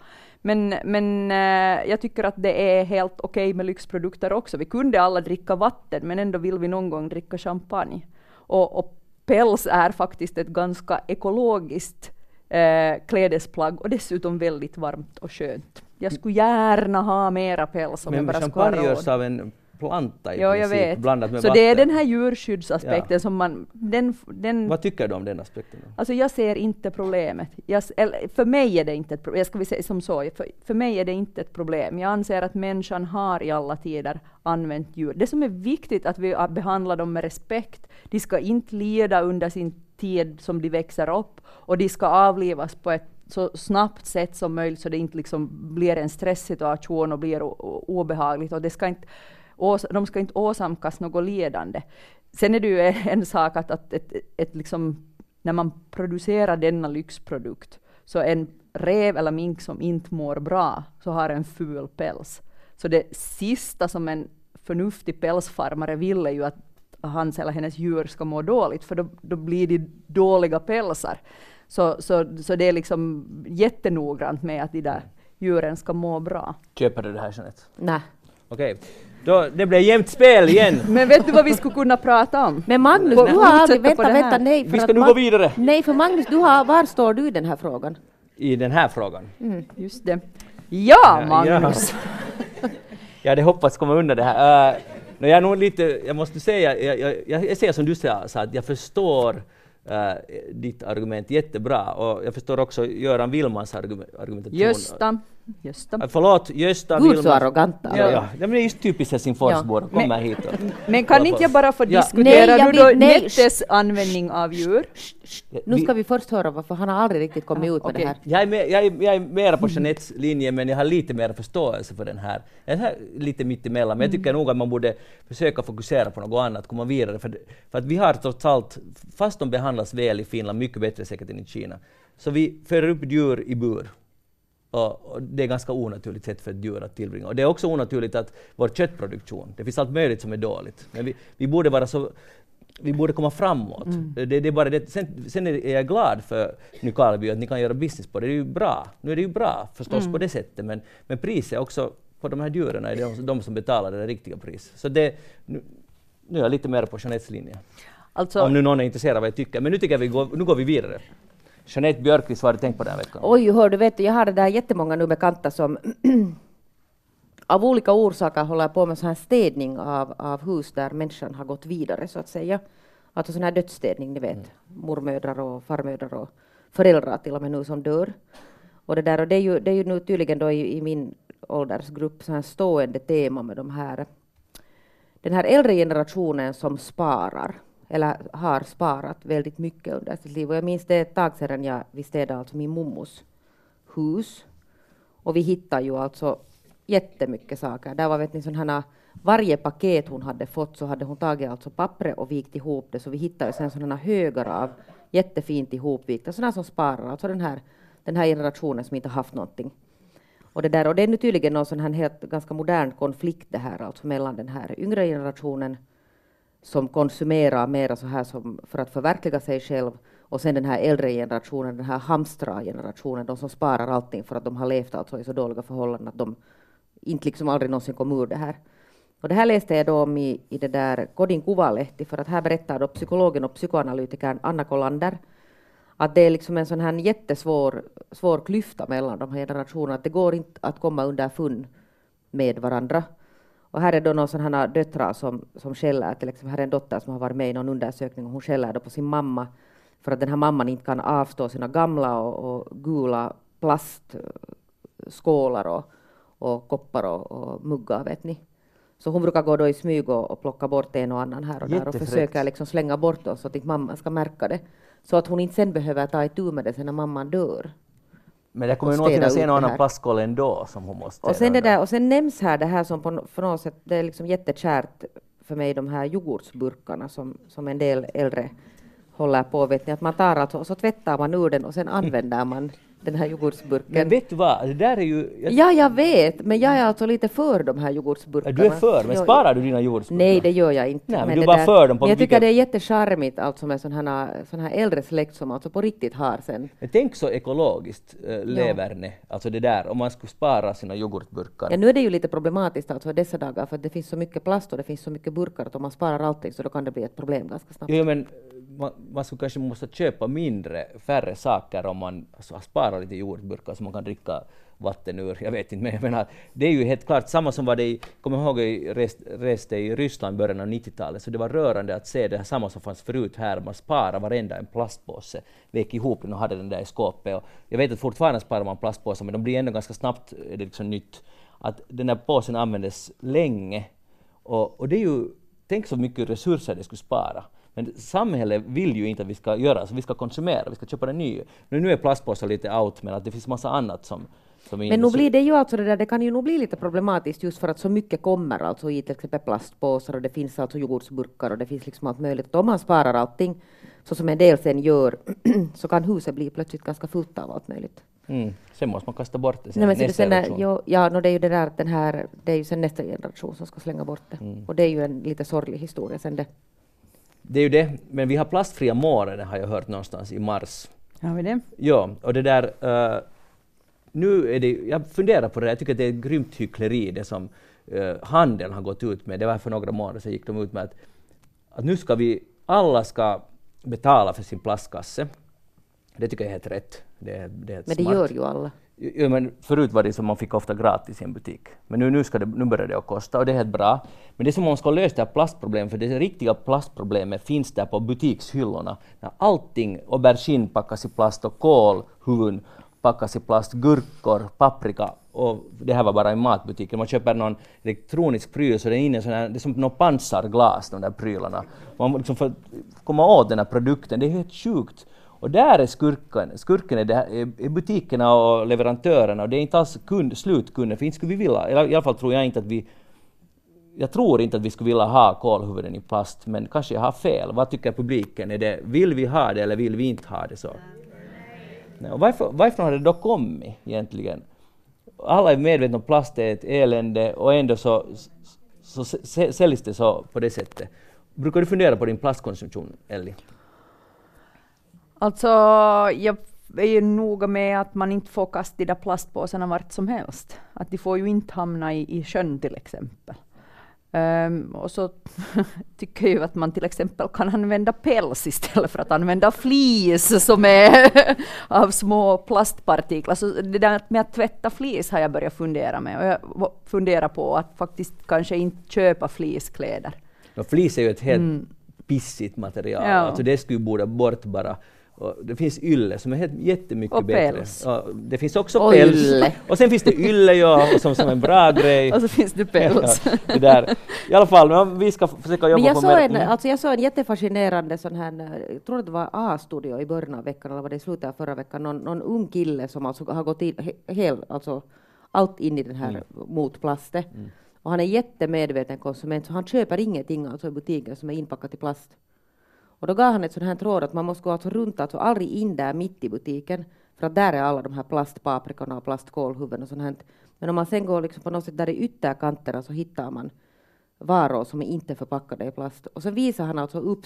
Speaker 3: Men jag tycker att det är helt okej med lyxprodukter också. Vi kunde alla dricka vatten, men ändå vill vi någon gång dricka champagne. Och päls är faktiskt ett ganska ekologiskt klädesplagg och dessutom väldigt varmt och skönt. Jag skulle gärna ha mera päls om jag bara skulle ha råd.
Speaker 1: Men champagne görs av en planta i
Speaker 3: jag
Speaker 1: princip,
Speaker 3: vet.
Speaker 1: blandat med
Speaker 3: så
Speaker 1: vatten.
Speaker 3: det är den här djurskyddsaspekten som man...
Speaker 1: Vad tycker du om den aspekten?
Speaker 3: Alltså jag ser inte problemet. För mig är det inte ett problem. Jag ska säga som så. För mig är det inte ett problem. Jag anser att människan har i alla tider använt djur. Det som är viktigt är att vi behandlar dem med respekt. De ska inte lida under sin tid som de växer upp. Och de ska avlivas på ett så snabbt sätt som möjligt så det inte liksom blir en stresssituation och blir obehagligt. Och det ska inte... de ska inte åsamkas något ledande. Sen är det ju en sak att ett liksom, när man producerar denna lyxprodukt så en räv eller mink som inte mår bra så har en ful päls. Så det sista som en förnuftig pälsfarmare vill är ju att hans eller hennes djur ska må dåligt, för då blir det dåliga pälsar. Så det är liksom jättenoggrant med att de där djuren ska må bra.
Speaker 1: Köper du det här, Jeanette?
Speaker 2: Nej.
Speaker 1: Okej. Det blir jämnt spel igen.
Speaker 3: Men vet du vad vi skulle kunna prata om?
Speaker 2: Men Magnus, du har aldrig... Vänta, nej.
Speaker 1: Vi ska nu gå vidare.
Speaker 2: Nej, för Magnus, var står du i den här frågan?
Speaker 1: I den här frågan?
Speaker 3: Just det. Ja, Magnus!
Speaker 1: Ja, det hoppas komma undan det här. Jag är nog lite... Jag måste säga... Jag säger som du sa, att jag förstår ditt argument jättebra. Och jag förstår också Göran Willmans argumentation.
Speaker 3: Gösta.
Speaker 1: Förlåt, Gösta
Speaker 2: Gud
Speaker 1: Willmans.
Speaker 2: så arroganta.
Speaker 1: Ja, det är just typiskt Helsingforsbor. Kommer hit.
Speaker 3: Men kan inte jag bara få diskutera Nettes användning av djur?
Speaker 2: Nu ska vi först höra varför han har aldrig riktigt kommit ut med det här.
Speaker 1: Jag är mer på Jeanettes linje, men jag har lite mer förståelse för den här. Jag är lite mitt emellan, men jag tycker nog att man borde försöka fokusera på något annat, komma vidare. För att vi har trots allt, fast de behandlas väl i Finland, mycket bättre säkert än i Kina, så vi för upp djur i bur. Och det är ganska onaturligt sätt för ett djur att tillbringa. Och det är också onaturligt att vår köttproduktion, det finns allt möjligt som är dåligt. Men vi borde komma framåt. Det är bara det. Sen är jag glad för Nykarleby att ni kan göra business på det. Det är ju bra. Nu är det ju bra förstås på det sättet. Men priset är också på de här djuren är de som betalar det riktiga priset. Så nu är jag lite mer på Jeanettes linje. Alltså, om nu någon är intresserad av vad jag tycker. Men nu tycker jag nu går vi vidare. Jeanette Björkqvist, vad har du tänkt på den här veckan?
Speaker 2: Oj, hör du, vet du, jag har det där jättemånga nu bekanta som av olika orsaker håller på med sån här städning av hus där människan har gått vidare, så att säga. Alltså sån här dödsstädning, ni vet. Mormödrar och farmödrar och föräldrar till och med nu som dör. Och det är ju nu tydligen då i min åldersgrupp så här stående tema med den här äldre generationen som sparar. Eller har sparat väldigt mycket under sitt liv. Och jag minns det ett tag sedan vi städade alltså min mommos hus. Och vi hittade ju alltså jättemycket saker. Där var, vet ni, sådana, varje paket hon hade fått så hade hon tagit alltså pappret och vikt ihop det. Så vi hittade ju sen sådana högar av jättefint ihopvikta. Sådana som sparar. Alltså den här generationen som inte har haft någonting. Och det är nu tydligen någon sån här ganska modern konflikt det här. Alltså mellan den här yngre generationen som konsumerar mera så här som för att förverkliga sig själv, och sen den här äldre generationen, den här hamstra-generationen, de som sparar allting för att de har levt alltså i så dåliga förhållanden att de inte liksom aldrig någonsin kom ur det här. Och det här läste jag då om i det där Kodin Kuvalehti, för att här berättar då psykologen och psykoanalytikern Anna Kolander att det är liksom en sån här jättesvår klyfta mellan de här generationerna, att det går inte att komma underfund med varandra. Och här är då någon sån här döttrar som skäller, till exempel här är en dotter som har varit med i någon undersökning och hon skäller då på sin mamma för att den här mamman inte kan avstå sina gamla och gula plastskålar och koppar och muggar, vet ni. Så hon brukar gå då i smyg och plocka bort en och annan här och där och försöka liksom slänga bort oss så att inte mamman ska märka det. Så att hon inte sen behöver ta itu med det sen när mamman dör.
Speaker 1: Men det kommer ju nog finnas en och annan plastskål ändå som hon måste...
Speaker 2: Och sen nämns här det här som på något sätt, det är liksom jättekärt för mig, de här yoghurtsburkarna som en del äldre håller på, vet ni, att man tar alltså och så tvättar man ur den och sen använder man den här yoghurtsburken.
Speaker 1: Men vet du vad, det där är ju...
Speaker 2: Ja, jag vet, men jag är alltså lite för de här yoghurtsburkarna.
Speaker 1: Du är för, men sparar du dina yoghurtsburkar?
Speaker 2: Nej, det gör jag inte.
Speaker 1: Nej, men du bara för dem på...
Speaker 2: Men jag tycker det är jättecharmigt alltså med sån här äldre släkt som alltså på riktigt har sen.
Speaker 1: Men tänk så ekologiskt leverne, alltså det där, om man skulle spara sina yoghurtburkar.
Speaker 2: Ja, nu är det ju lite problematiskt alltså dessa dagar, för det finns så mycket plast och det finns så mycket burkar att om man sparar allting så då kan det bli ett problem ganska snabbt.
Speaker 1: Jo, men man skulle kanske måste köpa färre saker om man sparar lite yoghurtburkar så man kan dricka vatten ur. Jag vet inte, men jag menar, det är ju helt klart samma som var det kommer ihåg jag reste i Ryssland i början av 90-talet, så det var rörande att se det här samma som fanns förut här. Man sparar varenda en plastpåse, vek ihop den och hade den där i skåpet. Och jag vet att fortfarande sparar man plastpåsar, men de blir ändå ganska snabbt det liksom nytt. Att den där påsen användes länge. Och det är ju, tänk så mycket resurser det skulle spara. Men samhället vill ju inte att vi ska göra så, vi ska konsumera, vi ska köpa det nya. Nu är plastpåsar lite out, men att det finns massa annat som
Speaker 2: men nu blir det ju alltså det kan ju nog bli lite problematiskt just för att så mycket kommer alltså i till exempel plastpåsar och det finns alltså yoghurtsburkar och det finns liksom allt möjligt. Om man sparar allting så som en del sen gör så kan huset bli plötsligt ganska fullt av allt möjligt.
Speaker 1: Sen måste man kasta bort det sen.
Speaker 2: Nej, nästa generation. Det är ju det där det är ju sen nästa generation som ska slänga bort det. Och det är ju en lite sorglig historia sen det.
Speaker 1: Det är ju det, men vi har plastfria månader har jag hört någonstans i mars.
Speaker 3: Har vi det?
Speaker 1: Ja, och det där... nu är det, jag funderar på det, jag tycker att det är ett grymt hyckleri det som handeln har gått ut med. Det var för några månader så gick de ut med att nu ska alla ska betala för sin plastkasse. Det tycker jag är helt rätt. Det är
Speaker 2: men
Speaker 1: smart.
Speaker 2: Det gör ju alla.
Speaker 1: Ja, men förut var det som man fick ofta gratis i en butik. Men nu börjar det att kosta och det är helt bra. Men det som man ska lösa det här plastproblemet, för det riktiga plastproblemet finns där på butikshyllorna. När allting, aubergine packas i plast och kålhuvuden packas i plast, gurkor, paprika, och det här var bara i matbutiken. Man köper någon elektronisk pryl så det är inne det är som någon pansarglas, de där prylarna. Man liksom får komma åt den här produkten, det är helt sjukt. Och där är skurken är butikerna och leverantörerna, och det är inte alls slutkunden, för inte skulle vi vilja, i alla fall tror jag inte att jag tror inte att vi skulle vilja ha kålhuvuden i plast, men kanske jag har fel. Vad tycker publiken? Vill vi ha det eller vill vi inte ha det så? Nej, och varför har det då kommit egentligen? Alla är medvetna om plast är ett elände och ändå så säljs det så på det sättet. Brukar du fundera på din plastkonsumtion, Ellie?
Speaker 3: Alltså, jag är ju noga med att man inte får kasta de där plastpåsarna vart som helst. Att de får ju inte hamna i sjön till exempel. Och så tycker jag ju att man till exempel kan använda päls istället för att använda flis som är av små plastpartiklar. Så det där med att tvätta flis har jag börjat fundera med. Och jag funderar på att faktiskt kanske inte köpa fliskläder.
Speaker 1: Flis är ju ett helt pissigt material. Ja. Alltså det skulle borde bort bara. Och det finns ylle som är jättemycket
Speaker 3: och
Speaker 1: bättre.
Speaker 3: Päls.
Speaker 1: Ja, det finns också päls.
Speaker 2: Ylle.
Speaker 1: Och sen finns det ylle som en bra grej.
Speaker 3: Och så finns det päls.
Speaker 1: Ja, det där. I alla fall, vi ska försöka jobba
Speaker 2: men
Speaker 1: på
Speaker 2: mer. Jag såg en jättefascinerande sån här, jag tror det var A-studio i början av veckan, eller var det i slutet av förra veckan, någon ung kille som alltså har gått in allt in i den här mot plastet. Och han är jättemedveten konsument, så han köper ingenting alltså i butiken som är inpackat i plast. Och då gav han ett sånt här tråd att man måste gå alltså runt, alltså aldrig in där mitt i butiken, för att där är alla de här plastpaprikorna och plastkålhuvuden och sånt här. Men om man sen går liksom på något sätt där i ytterkanterna så hittar man varor som är inte förpackade i plast. Och så visar han alltså upp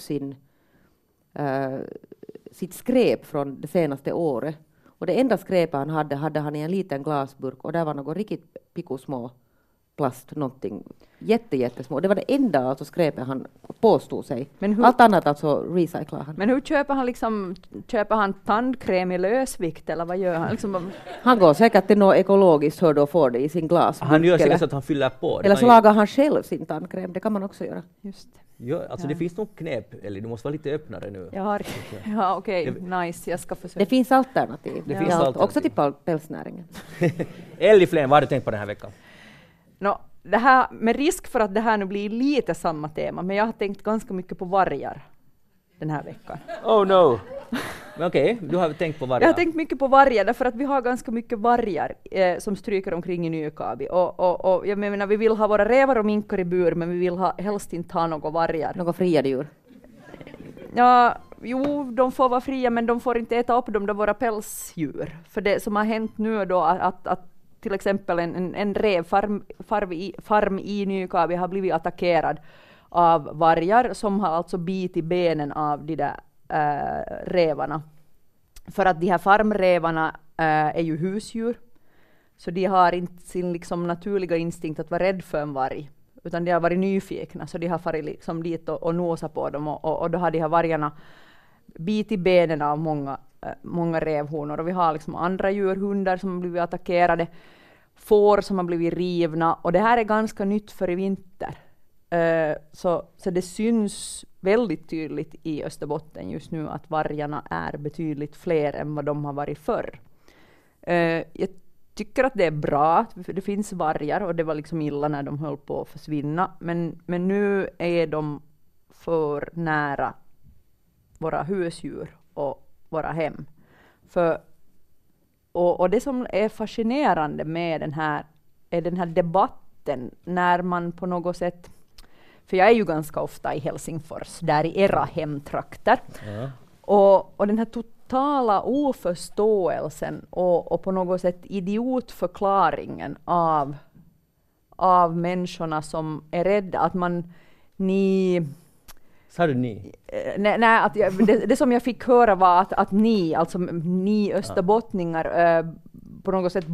Speaker 2: sitt skräp från det senaste året. Och det enda skräpet han hade han i en liten glasburk, och där var något riktigt pikosmå plast, någonting jättesmå. Det var det enda alltså skräpet han påstod sig. Allt annat alltså recyclar han.
Speaker 3: Men hur köper han tandkräm i lösvikt eller vad gör han? Liksom,
Speaker 2: han går säkert till något ekologiskt hörd och får det i sin glasburk.
Speaker 1: Han gör säkert så att han fyller på.
Speaker 2: Eller så lagar han själv sin tandkräm, det kan man också göra.
Speaker 3: Just det.
Speaker 1: Ja, alltså det finns nog knep, eller du måste vara lite öppnare nu.
Speaker 3: Ja, okej, nice, jag ska försöka.
Speaker 2: Det finns alternativ.
Speaker 1: Det finns alternativ.
Speaker 2: Också till pälsnäringen.
Speaker 1: Elli Flen, vad har du tänkt på den här veckan?
Speaker 3: Det här, med risk för att det här nu blir lite samma tema, men jag har tänkt ganska mycket på vargar den här veckan.
Speaker 1: Oh no! Men okej, du har tänkt på vargar.
Speaker 3: Jag har tänkt mycket på vargar därför att vi har ganska mycket vargar som stryker omkring i Nykabi. Och jag menar, vi vill ha våra rävar och minkar i bur, men vi vill helst inte ha några vargar.
Speaker 2: Några fria djur?
Speaker 3: Ja, jo, de får vara fria, men de får inte äta upp våra pälsdjur. För det som har hänt nu då att till exempel en revfarm i Nykabi har blivit attackerad av vargar som har alltså bitit benen av de där rävarna. För att de här farmrävarna är ju husdjur. Så de har inte sin liksom naturliga instinkt att vara rädd för en varg. Utan de har varit nyfikna. Så de har farit liksom dit och nosat på dem. Och då har de här vargarna bitit benen av många rävhonor. Och vi har liksom andra djur, hundar som har blivit attackerade. Får som har blivit rivna. Och det här är ganska nytt för i vinter. Så det syns väldigt tydligt i Österbotten just nu att vargarna är betydligt fler än vad de har varit förr. Jag tycker att det är bra, för det finns vargar och det var liksom illa när de höll på att försvinna. Men nu är de för nära våra husdjur och våra hem. Och det som är fascinerande med den här debatten när man på något sätt. För jag är ju ganska ofta i Helsingfors, där i era hemtrakter.
Speaker 1: Ja.
Speaker 3: Och den här totala oförståelsen och på något sätt idiotförklaringen av människorna som är rädda. Att
Speaker 1: Sa du ni?
Speaker 3: Nej, att det som jag fick höra var att ni österbottningar på något sätt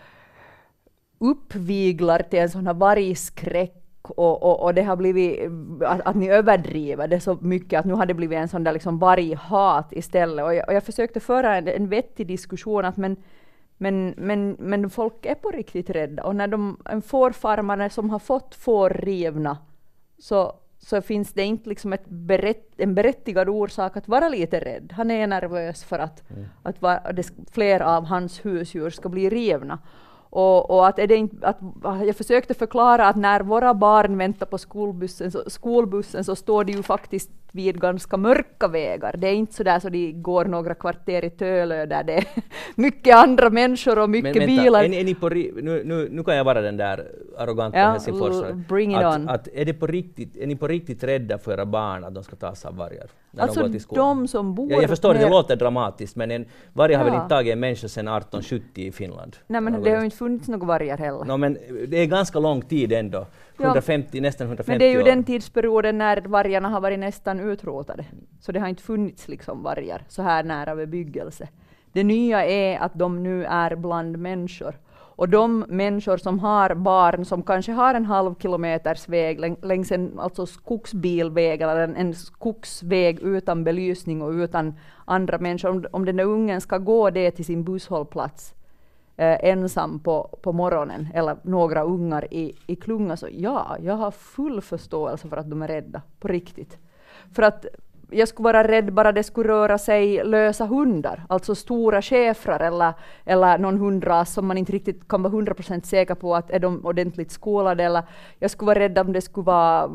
Speaker 3: uppviglar till en sån här vargskräck. Och det har blivit att ni överdriver det så mycket att nu har det blivit en sån där liksom varghat istället. Och jag försökte föra en vettig diskussion att men folk är på riktigt rädda. Och när en fårfarmare som har fått får rivna så finns det inte liksom en berättigad orsak att vara lite rädd. Han är nervös för att fler av hans husdjur ska bli rivna. Och att jag försökte förklara att när våra barn väntar på skolbussen så står de ju faktiskt vid ganska mörka vägar. Det är inte så där så de går några kvarter i Tölö där det är mycket andra människor och mycket bilar.
Speaker 1: Är ni på nu kan jag vara den där arroganta helsingforsare.
Speaker 3: Bring it on.
Speaker 1: Är ni på riktigt rädda för era barn att de ska tas av vargar?
Speaker 3: Alltså de som bor...
Speaker 1: Jag förstår att det låter dramatiskt, men en varg har väl inte tagit en människa sedan 1870 i Finland? Nej,
Speaker 3: men det har ju inte funnits några vargar heller.
Speaker 1: No, men det är ganska lång tid ändå. Nästan 150 år.
Speaker 3: Men det är ju den tidsperioden när vargarna har varit nästan utrotade. Så det har inte funnits liksom vargar så här nära bebyggelse. Det nya är att de nu är bland människor. Och de människor som har barn som kanske har en halv kilometers väg längs en alltså skogsbilväg eller en skogsväg utan belysning och utan andra människor. Om den där ungen ska gå det till sin busshållplats ensam på morgonen eller några ungar i klunga så jag har full förståelse för att de är rädda på riktigt. För att jag skulle vara rädd bara det skulle röra sig lösa hundar, alltså stora schäfrar eller någon hundras som man inte riktigt kan vara 100% säker på att är de ordentligt skolade, eller jag skulle vara rädd om det skulle vara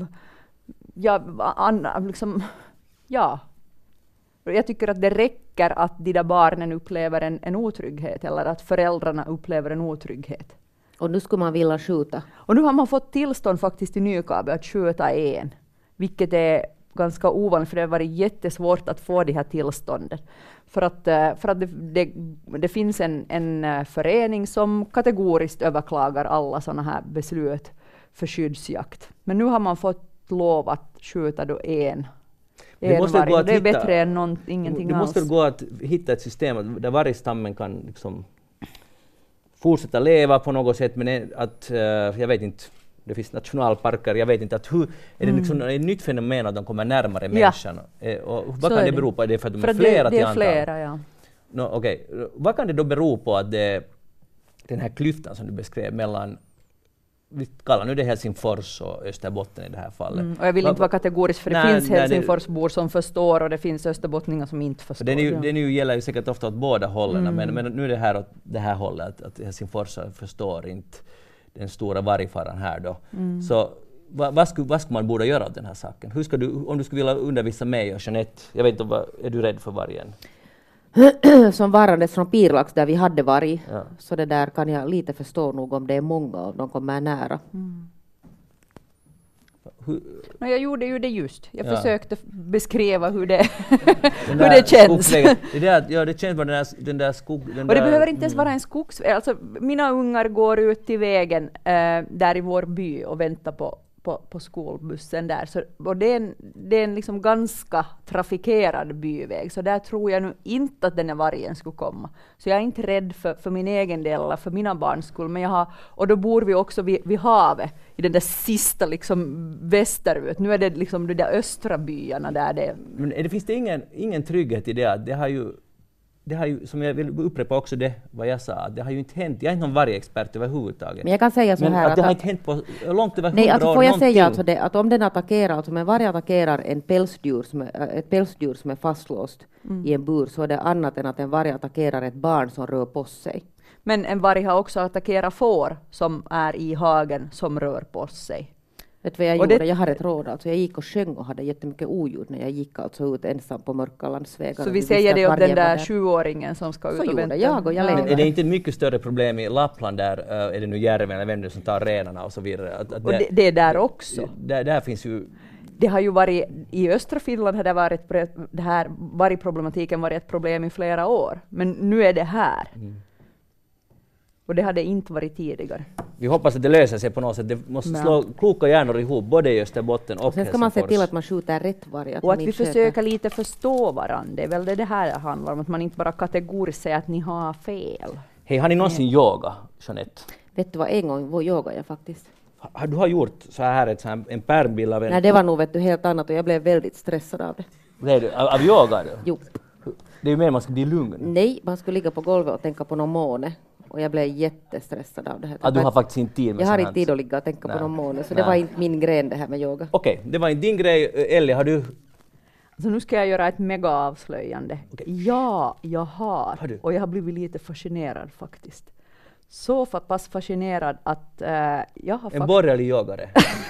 Speaker 3: jag tycker att det räcker att de där barnen upplever en otrygghet eller att föräldrarna upplever en otrygghet.
Speaker 2: Och nu skulle man vilja skjuta. Och
Speaker 3: nu har man fått tillstånd faktiskt i Nykabi att skjuta en, vilket är ganska ovanligt för det har varit jättesvårt att få det här tillståndet. För att det finns en förening som kategoriskt överklagar alla sådana här beslut för skyddsjakt. Men nu har man fått lov att skjuta då en. Det är bättre än ingenting alls.
Speaker 1: Det måste gå att hitta ett system där vargstammen kan liksom fortsätta leva på något sätt, men att jag vet inte. Det finns nationalparker, jag vet inte att hur är det liksom ett nytt fenomen att de kommer närmare människan. Och vad kan det bero på? Är det för att de är flera till antal?
Speaker 3: Det är flera, ja.
Speaker 1: Vad kan det då bero på att den här klyftan som du beskrev mellan vi kallar nu det Helsingfors och Österbotten i det här fallet.
Speaker 3: Och jag vill inte vara kategorisk för det finns Helsingforsbor som förstår och det finns österbottningar som inte förstår.
Speaker 1: Det nu gäller ju säkert ofta åt båda hållen, men nu är det här åt det här hållet att Helsingfors förstår inte den stora vargfaran här då. Så vad skulle man borde göra åt den här saken? Hur ska du, om du skulle vilja undervisa mig och Jeanette, jag vet inte, är du rädd för vargen?
Speaker 2: Som varandes från Pirlax där vi hade varg, så det där kan jag lite förstå nog om det är många och de kommer nära.
Speaker 3: Jag gjorde ju det just. Jag försökte beskriva hur det, hur det känns.
Speaker 1: Det känns bara den där skogen.
Speaker 3: Och det behöver inte ens vara en skogsväg. Alltså, mina ungar går ut till vägen där i vår by och väntar på skolbussen där. Så, och det är en liksom ganska trafikerad byväg. Så där tror jag nu inte att den här vargen skulle komma. Så jag är inte rädd för min egen del eller för mina barns skull. Men och då bor vi också vid havet. I den där sista liksom västerut. Nu är det liksom de där östra byarna där det...
Speaker 1: Men finns det ingen trygghet i det? Det har ju, som jag vill upprepa också det vad jag sa, det har ju inte hänt, jag är inte någon vargexpert överhuvudtaget.
Speaker 2: Men jag kan säga så här
Speaker 1: att det har inte hänt på långt över 100 år.
Speaker 2: Nej, alltså får jag säga alltså det, att om den attackerar, alltså om en varg attackerar ett pälsdjur som är fastlåst i en bur, så är det annat än att en varg attackerar ett barn som rör på sig.
Speaker 3: Men en varg har också attackerat får som är i hagen som rör på sig.
Speaker 2: Vet du vad jag gjorde? Jag hade ett råd. Alltså jag gick och sjöng och hade jättemycket oljud när jag gick alltså ut ensam på mörka landsvägar.
Speaker 3: Så vi säger det åt den där 7-åringen som ska ut och vänta.
Speaker 2: Jag och jag
Speaker 1: men är det inte ett mycket större problem i Lappland där är det nu järven eller vem det som tar renarna och så vidare?
Speaker 3: Och det är där också.
Speaker 1: Där finns ju...
Speaker 3: Det har ju varit, i östra Finland har det här vargproblematiken varit ett problem i flera år. Men nu är det här. Och det hade inte varit tidigare.
Speaker 1: Vi hoppas att det löser sig på något sätt. Det måste slå kloka hjärnor ihop, både i Österbotten och Helsingfors.
Speaker 2: Sen ska man se till att man skjuter rätt varg.
Speaker 3: Och att vi försöker lite förstå varandra. Det är väl det här handlar om. Att man inte bara kategoriskt säger att ni har fel.
Speaker 1: Hej, har ni någonsin yoga, Jeanette?
Speaker 2: Vet du vad, en gång yogade jag faktiskt.
Speaker 1: Du har gjort så här en pärmbild av en...
Speaker 2: Nej, det var nog helt annat och jag blev väldigt stressad av det.
Speaker 1: Av yoga?
Speaker 2: Jo.
Speaker 1: Det är ju mer man ska bli lugn.
Speaker 2: Nej, man skulle ligga på golvet och tänka på någon måne. Och jag blev jättestressad av det här.
Speaker 1: Du har faktiskt inte tid med
Speaker 2: jag har inte tid att ligga och tänka på någon måne. Så det var inte min gren det här med yoga.
Speaker 1: Okej, det var inte din grej. Ellie, har du...
Speaker 3: Så nu ska jag göra ett mega avslöjande. Okay. Ja, jag har. Och jag har blivit lite fascinerad faktiskt. Så pass fascinerad att jag har...
Speaker 1: En borgerlig yogare.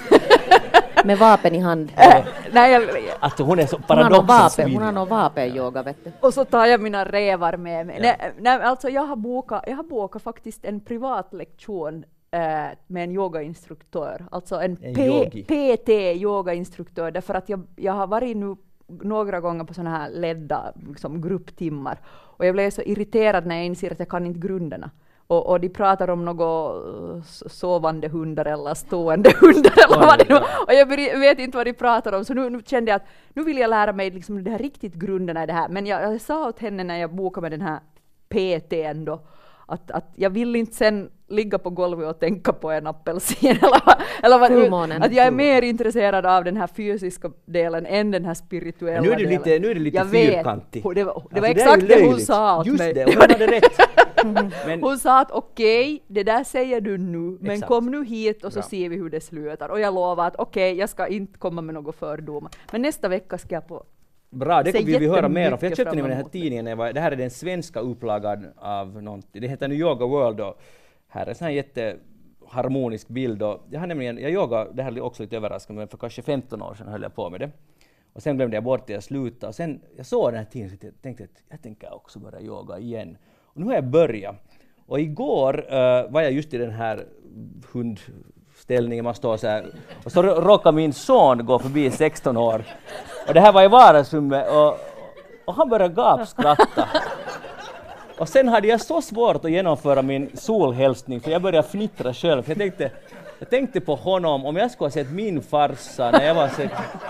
Speaker 2: Med vapen i hand.
Speaker 1: Att hon är så paradoxen.
Speaker 2: Hon har någon vapenyoga, vet du.
Speaker 3: Och så tar jag mina rävar med mig. Nej, alltså jag har bokat faktiskt en privatlektion med en yogainstruktör. Alltså en PT yogainstruktör. Därför att jag har varit nu några gånger på såna här ledda liksom, grupptimmar. Och jag blev så irriterad när jag inser att jag kan inte grunderna. Och de pratar om något sovande hundar eller stående hundar eller vad det nu. Och jag vet inte vad de pratar om. Så nu kände jag att nu vill jag lära mig liksom det här riktigt grunderna i det här. Men jag sa åt henne när jag bokade med den här PT:n då att jag vill inte sen ligga på golvet och tänka på en apelsin eller vad, att jag är mer intresserad av den här fysiska delen än den här spirituella delen.
Speaker 1: Nu är det lite fyrkantig.
Speaker 3: Det var exakt det hon sa åt mig.
Speaker 1: Just det, hon hade rätt.
Speaker 3: Men hon sa att okej, det där säger du nu, men kom nu hit och så ser vi hur det slutar. Och jag lovar att okej, jag ska inte komma med några fördomar. Men nästa vecka ska jag på...
Speaker 1: Bra, det kommer vi höra mer om. För jag köpte nämligen den här tidningen. Det här är den svenska upplagan av någonting. Det heter nu Yoga World. Och här är en sån här jätteharmonisk bild. Och jag yoga, det här är också lite överraskande, men för kanske 15 år sedan höll jag på med det. Och sen glömde jag bort det, jag slutade. Och sen jag såg den här tidningen och tänkte att jag tänker också börja yoga igen. Och nu har jag börjat. Och igår var jag just i den här hundställningen, man står så här. Och så råkade min son gå förbi 16 år. Och det här var i vardagsrummet och han började gapskratta. Och sen hade jag så svårt att genomföra min solhälsning för jag började fnittra själv. Jag tänkte på honom om jag skulle ha sett min farsa när jag var så.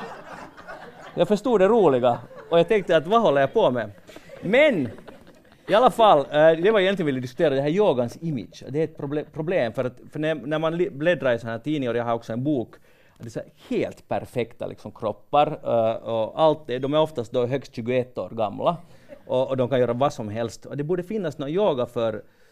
Speaker 1: Jag förstod det roliga och jag tänkte att vad håller jag på med? Men i alla fall, det var egentligen ville diskutera det här yogans image. Det är ett problem för när man bläddrar i sådana här tidningar, och jag har också en bok, det är så helt perfekta liksom, kroppar och allt de är oftast då högst 21 år gamla och de kan göra vad som helst. Och det borde finnas någon yoga för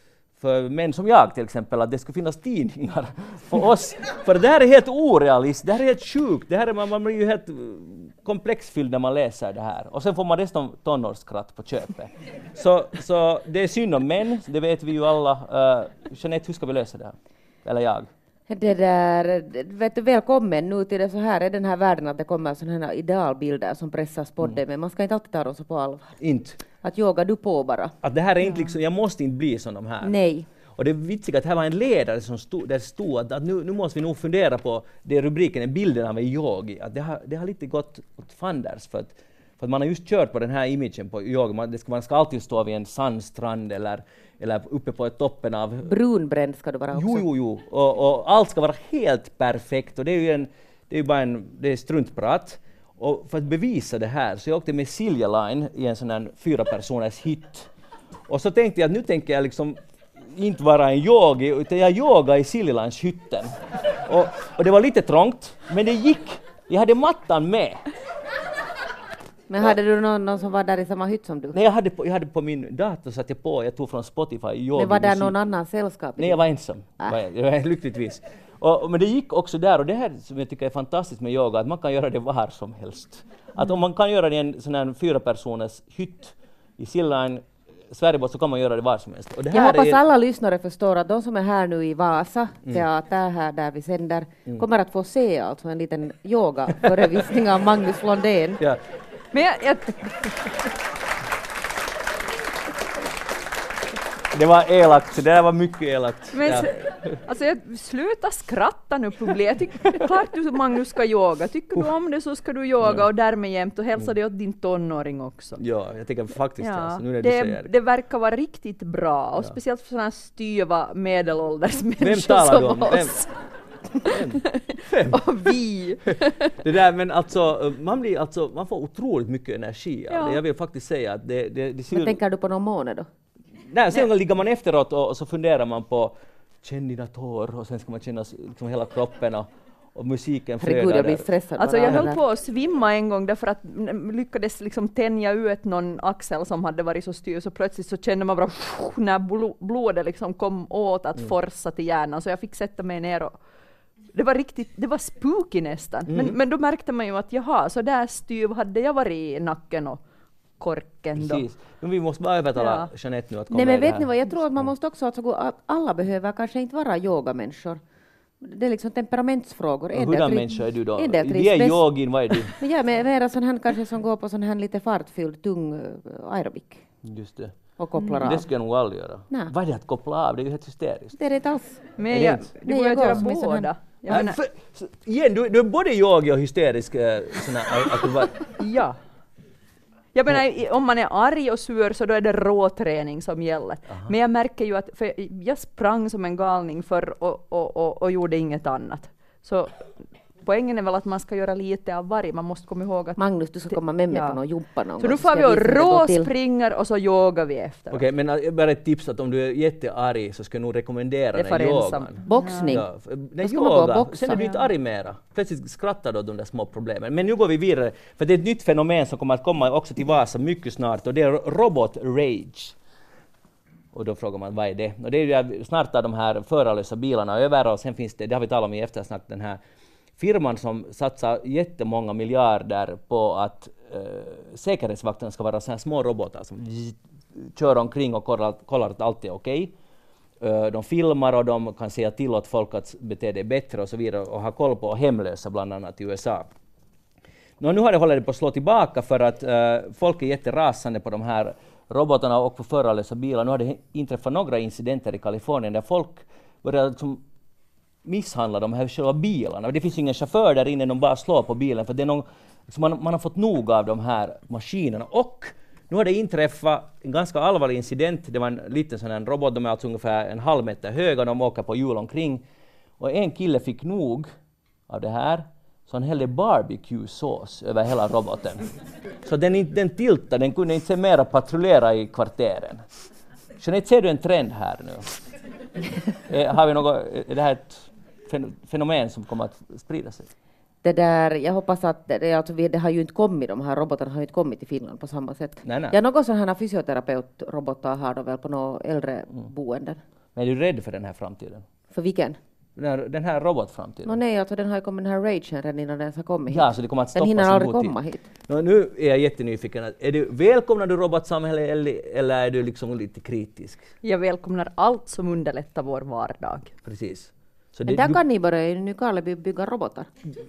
Speaker 1: för män som jag till exempel, att det skulle finnas tidningar för oss. För det här är helt orealistiskt, det här är helt sjukt, det här är, man blir ju helt komplexfylld när man läser det här. Och sen får man dessutom tonårsskratt på köpet. Så det är synd om män, det vet vi ju alla. Jeanette, hur ska vi lösa det här? Eller jag?
Speaker 2: Det där, vet du, välkommen nu till det så här är den här världen att det kommer sådana här idealbilder som pressas på det, men man ska inte alltid ta dem så på allvar.
Speaker 1: Inte.
Speaker 2: Att yoga du på bara.
Speaker 1: Att det här är inte liksom, jag måste inte bli som de här.
Speaker 2: Nej.
Speaker 1: Och det är vitsiga att här var en ledare som stod att nu måste vi nog fundera på det rubriken är bilden av en yogi. Att det har lite gått åt fanders för att man har just kört på den här imagen på yoga. Man ska alltid stå vid en sandstrand eller uppe på toppen av...
Speaker 2: Brunbränd ska du vara också.
Speaker 1: Jo. Och allt ska vara helt perfekt. Och det är ju struntprat. Och för att bevisa det här så jag åkte med Silja Line i en sån här 4-personers hytt. Och så tänkte jag att nu tänker jag liksom inte vara en yogi, utan jag yoga i Silja Lines hytten. Och det var lite trångt, men det gick. Jag hade mattan med.
Speaker 2: Men hade du någon som var där i samma hytt som du?
Speaker 1: Nej, jag hade på min dator satt jag tog från Spotify yoga.
Speaker 2: Men var där någon annan sällskap?
Speaker 1: Nej, jag var ensam. Lyckligtvis. Men det gick också där, och det här som jag tycker är fantastiskt med yoga, att man kan göra det var som helst. Att om man kan göra det i en sån här 4-personers hytt i Sillan, Sverige, så kan man göra det var som helst. Och det här
Speaker 2: jag hoppas alla lyssnare förstår att de som är här nu i Vasa teater, här där vi sänder, kommer att få se alltså en liten yoga-förevisning av Magnus Londén.
Speaker 1: Ja.
Speaker 3: Men jag
Speaker 1: Det var elakt, det där var mycket elakt.
Speaker 3: Men alltså sluta skratta nu publik. Klart du Magnus ska yoga. Tycker du om det så ska du yoga och därmed jämt och hälsa det åt din tonåring också.
Speaker 1: Ja, jag tycker faktiskt alltså, nu när
Speaker 3: det,
Speaker 1: du säger
Speaker 3: det verkar vara riktigt bra och speciellt för sådana styva medelålders människor.
Speaker 1: Vem talar du om?
Speaker 3: Oss. Vem? Och vi.
Speaker 1: Det där, men alltså man får otroligt mycket energi av det. Jag vill faktiskt säga att det
Speaker 2: Men tänker du på någon månad då?
Speaker 1: Nej, sen ligger man efteråt och så funderar man på känn dina tår och sen ska man känna liksom hela kroppen och musiken flödar.
Speaker 2: Herregud, jag blir stressad.
Speaker 3: Alltså jag höll på att svimma en gång därför att lyckades liksom tänja ut någon axel som hade varit så styr, så plötsligt så kände man bara när blodet liksom kom åt att forsa till hjärnan, så jag fick sätta mig ner och det var spooky nästan. Men då märkte man ju att jaha, så där styv hade jag varit i nacken och korken då.
Speaker 1: Precis. Men vi måste bara övertala Jeanette nu att komma.
Speaker 2: Nej, men vet ni vad, jag tror att man måste också att alla behöver kanske inte vara yogamänniskor. Det är liksom temperamentsfrågor.
Speaker 1: Hurdan människa är du då?
Speaker 2: Vi
Speaker 1: är yogin, vad är du?
Speaker 2: Men jag är mera sån här kanske som går på sån här lite fartfylld, tung aerobik.
Speaker 1: Just det.
Speaker 2: Och kopplar av.
Speaker 1: Det ska jag nog aldrig göra.
Speaker 2: Nej.
Speaker 1: Vad är det att koppla av? Det är ju helt hysteriskt.
Speaker 2: Det är det inte alls.
Speaker 3: Men du går att göra båda.
Speaker 1: Igen, du är både yogi och hysterisk.
Speaker 3: Ja. Jag menar, om man är arg och sur så då är det råträning som gäller. Aha. Men jag märker ju att jag sprang som en galning förr och gjorde inget annat. Så poängen är väl att man ska göra lite av varje. Man måste komma ihåg att...
Speaker 2: Magnus, du ska komma med mig på någon jumpa någon gång.
Speaker 3: Så nu får vi och råspringer och så yogar vi efter.
Speaker 1: Okej, men bara ett tips att om du är jättearg så ska jag nog rekommendera den yogan.
Speaker 2: Boxning.
Speaker 1: Ja. Nej, yoga. Sen är du inte arg mera. Plötsligt skrattar du åt de där små problemen. Men nu går vi vidare. För det är ett nytt fenomen som kommer att komma också till Vasa mycket snart. Och det är robot rage. Och då frågar man, vad är det? Och det är ju snart de här förarlösa bilarna över. Och sen finns det har vi talat om i eftersnack, den här firman som satsar jättemånga miljarder på att säkerhetsvakterna ska vara så här små robotar som kör omkring och kollar att allt är okej. De filmar och de kan säga till åt folk att bete dig bättre och så vidare och ha koll på hemlösa bland annat i USA. Nu har det hållit på att slå tillbaka för att folk är jätterasande på de här robotarna och på förarlösa bilar. Nu har det inträffat några incidenter i Kalifornien där folk börjar liksom misshandla de här själva bilarna. Det finns ingen chaufför där inne, de bara slår på bilen för det är någon, man har fått nog av de här maskinerna. Och nu har det inträffat en ganska allvarlig incident. Det var en liten sån här robot, de är alltså ungefär 1,5 meter höga, de åker på hjul omkring. Och en kille fick nog av det här, så han hällde barbecue-sås över hela roboten. Så den tiltade, den kunde inte se mera patrullera i kvarteren. Så ser du en trend här nu? Har vi något, är det här ett fenomen som kommer att sprida sig?
Speaker 2: Det där, jag hoppas att det har ju inte kommit, de här robotarna har ju inte kommit till Finland på samma sätt.
Speaker 1: Nej.
Speaker 2: Ja, något sådana här fysioterapeut-robotar har de väl på några äldre boenden.
Speaker 1: Men är du rädd för den här framtiden?
Speaker 2: För vilken?
Speaker 1: Den här robotframtiden?
Speaker 2: Nej, alltså den har ju kommit den här ragen redan innan den har kommit hit.
Speaker 1: Ja, så det kommer att stoppas.
Speaker 2: Den hinner aldrig komma hit.
Speaker 1: Nu är jag jättenyfiken. Välkomnar du robotsamhället eller är du liksom lite kritisk?
Speaker 3: Jag välkomnar allt som underlättar vår vardag.
Speaker 1: Precis. Så
Speaker 2: Men där kan ni börja i Nykarleby bygga robotar.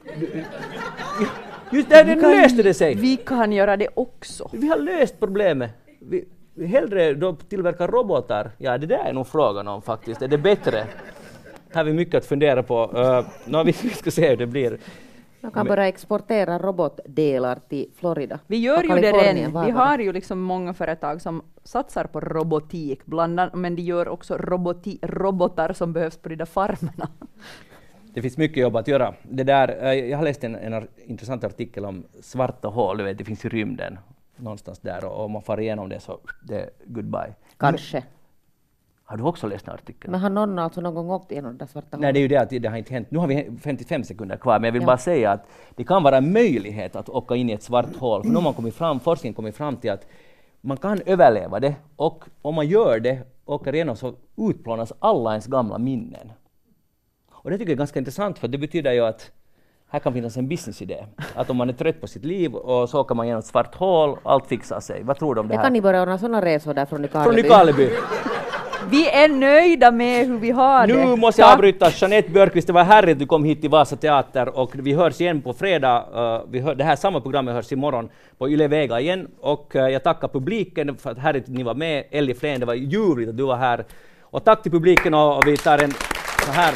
Speaker 1: Just där nu löste det sig!
Speaker 3: Vi kan göra det också.
Speaker 1: Vi har löst problemet. Vi hellre då tillverkar robotar. Ja, det där är nog frågan om faktiskt. Är det bättre? Här har vi mycket att fundera på. Vi ska se hur det blir.
Speaker 2: Man kan börja exportera robotdelar till Florida.
Speaker 3: Vi gör ju det redan. Vi har ju liksom många företag som satsar på robotik, men de gör också robotar som behövs på de där farmerna.
Speaker 1: Det finns mycket jobb att göra. Jag har läst en intressant artikel om svarta hål. Det finns i rymden någonstans där och om man far igenom det så det är goodbye.
Speaker 2: Kanske.
Speaker 1: Har du också läst den artikeln?
Speaker 2: Men har någon alltså någon gång åkt igenom det där svarta hålet?
Speaker 1: Nej, det är ju det att det har inte hänt. Nu har vi 55 sekunder kvar, men jag vill bara säga att det kan vara en möjlighet att åka in i ett svart hål. För nu har forskningen kommit fram till att man kan överleva det och om man gör det, åker igenom så utplånas alla ens gamla minnen. Och det tycker jag är ganska intressant för det betyder ju att här kan finnas en businessidé. Att om man är trött på sitt liv och så åker man genom ett svart hål, allt fixar sig. Vad tror du om det här?
Speaker 2: Kan ni börja ordna sådana resor där från Nykarleby?
Speaker 1: Från Nykarleby.
Speaker 3: Vi är nöjda med hur vi har det.
Speaker 1: Nu måste jag avbryta. Jeanette Björkqvist, det var härligt att du kom hit till Vasa Teater och vi hörs igen på fredag. Det här samma programmet hörs imorgon på Yle Vega igen och jag tackar publiken för att härligt att ni var med. Elli Flen, det var ljuvligt att du var här. Och tack till publiken och vi tar en så här.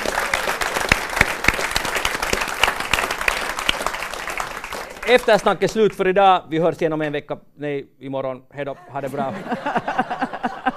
Speaker 1: Eftersnack är slut för idag. Vi hörs igen om en vecka. Nej, imorgon. Hej då. Ha det bra.